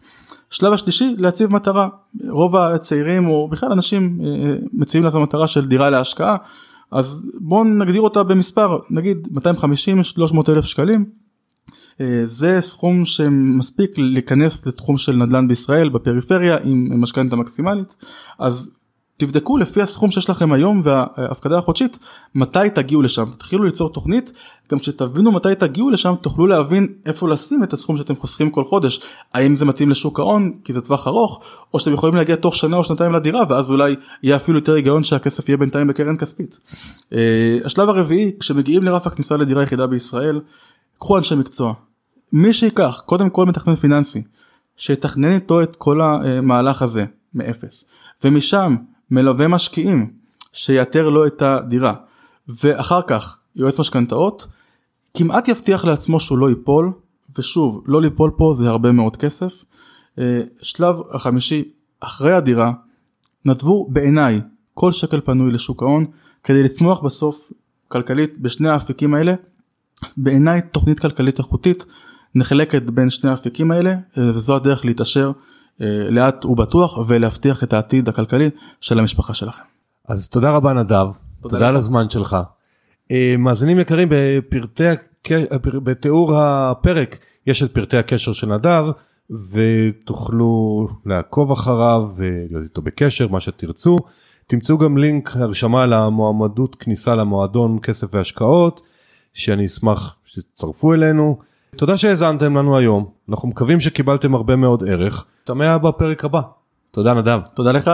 שלב השלישי, להציב מטרה. רוב הצעירים או בכלל אנשים מציבים לעצמם מטרה של דירה להשקעה, אז בואו נגדיר אותה במספר, נגיד מאתיים וחמישים עד שלוש מאות אלף שקלים, זה סכום שמספיק להיכנס לתחום של נדל"ן בישראל, בפריפריה, עם משכנתא מקסימלית. אז תבדקו לפי הסכום שיש לכם היום וההפקדה החודשית, מתי תגיעו לשם. תתחילו ליצור תוכנית, גם כשתבינו מתי תגיעו לשם, תוכלו להבין איפה לשים את הסכום שאתם חוסכים כל חודש. האם זה מתאים לשוק ההון, כי זה טווח ארוך, או שאתם יכולים להגיע תוך שנה או שנתיים לדירה, ואז אולי יהיה אפילו יותר היגיון שהכסף יהיה בינתיים בקרן כספית. השלב הרביעי, כשמגיעים לרף הכניסה לדירה יחידה בישראל, קחו אנשי מקצוע. מי שיקח, קודם כל מתכנן פיננסי, שיתכנן איתו את כל המהלך הזה מאפס, ומשם מלווה משקיעים שיתר לו את הדירה, ואחר כך יועץ משכנתאות, כמעט יבטיח לעצמו שהוא לא ייפול, ושוב, לא ליפול פה זה הרבה מאוד כסף. שלב החמישי, אחרי הדירה, נתבו בעיניי כל שקל פנוי לשוק ההון, כדי לצמוח בסוף כלכלית בשני האפיקים האלה. בעיניי תוכנית כלכלית איכותית נחלקת בין שני האפיקים האלה, וזו הדרך להתעשר לאט ובטוח ולהבטיח את העתיד הכלכלי של המשפחה שלכם. אז תודה רבה נדב, תודה, תודה על הזמן שלך. מאזינים יקרים, בפרטי, בתיאור הפרק יש את פרטי הקשר של נדב, ותוכלו לעקוב אחריו ולהיות איתו בקשר, מה שתרצו. תמצאו גם לינק הרשמה למועמדות כניסה למועדון כסף והשקעות, שאני אשמח שתצטרפו אלינו. תודה שהאזנתם לנו היום, אנחנו מקווים שקיבלתם הרבה מאוד ערך. תמיה בפרק הבא. תודה נדב. תודה לך.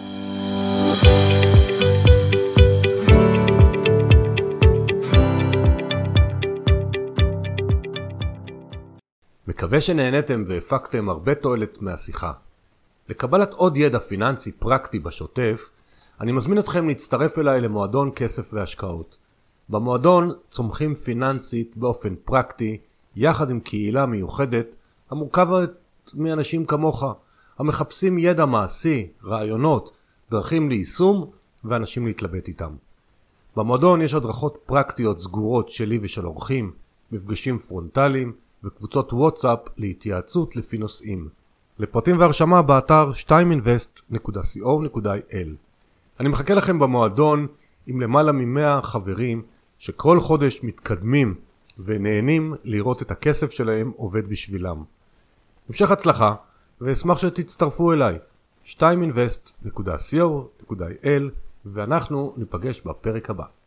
מקווה שנהנתם והפקתם הרבה תועלת מהשיחה. לקבלת עוד ידע פיננסי פרקטי בשוטף, אני מזמין אתכם להצטרף אליי למועדון כסף והשקעות. במועדון צומחים פיננסית באופן פרקטי, יחד עם קהילה מיוחדת המורכבת מאנשים כמוך, המחפשים ידע מעשי, רעיונות, דרכים ליישום ואנשים להתלבט איתם. במועדון יש הדרכות פרקטיות סגורות שלי ושל אורחים, מפגשים פרונטליים וקבוצות וואטסאפ להתייעצות לפי נושאים. לפרטים והרשמה באתר שתיים אינבסט נקודה סי או נקודה איי אל. אני מחכה לכם במועדון עם למעלה ממאה חברים שכל חודש מתקדמים ונהנים לראות את הכסף שלהם עובד בשבילם. המשך הצלחה, ואשמח שתצטרפו אליי, שתיים אינבסט נקודה סי או נקודה איי אל, ואנחנו ניפגש בפרק הבא.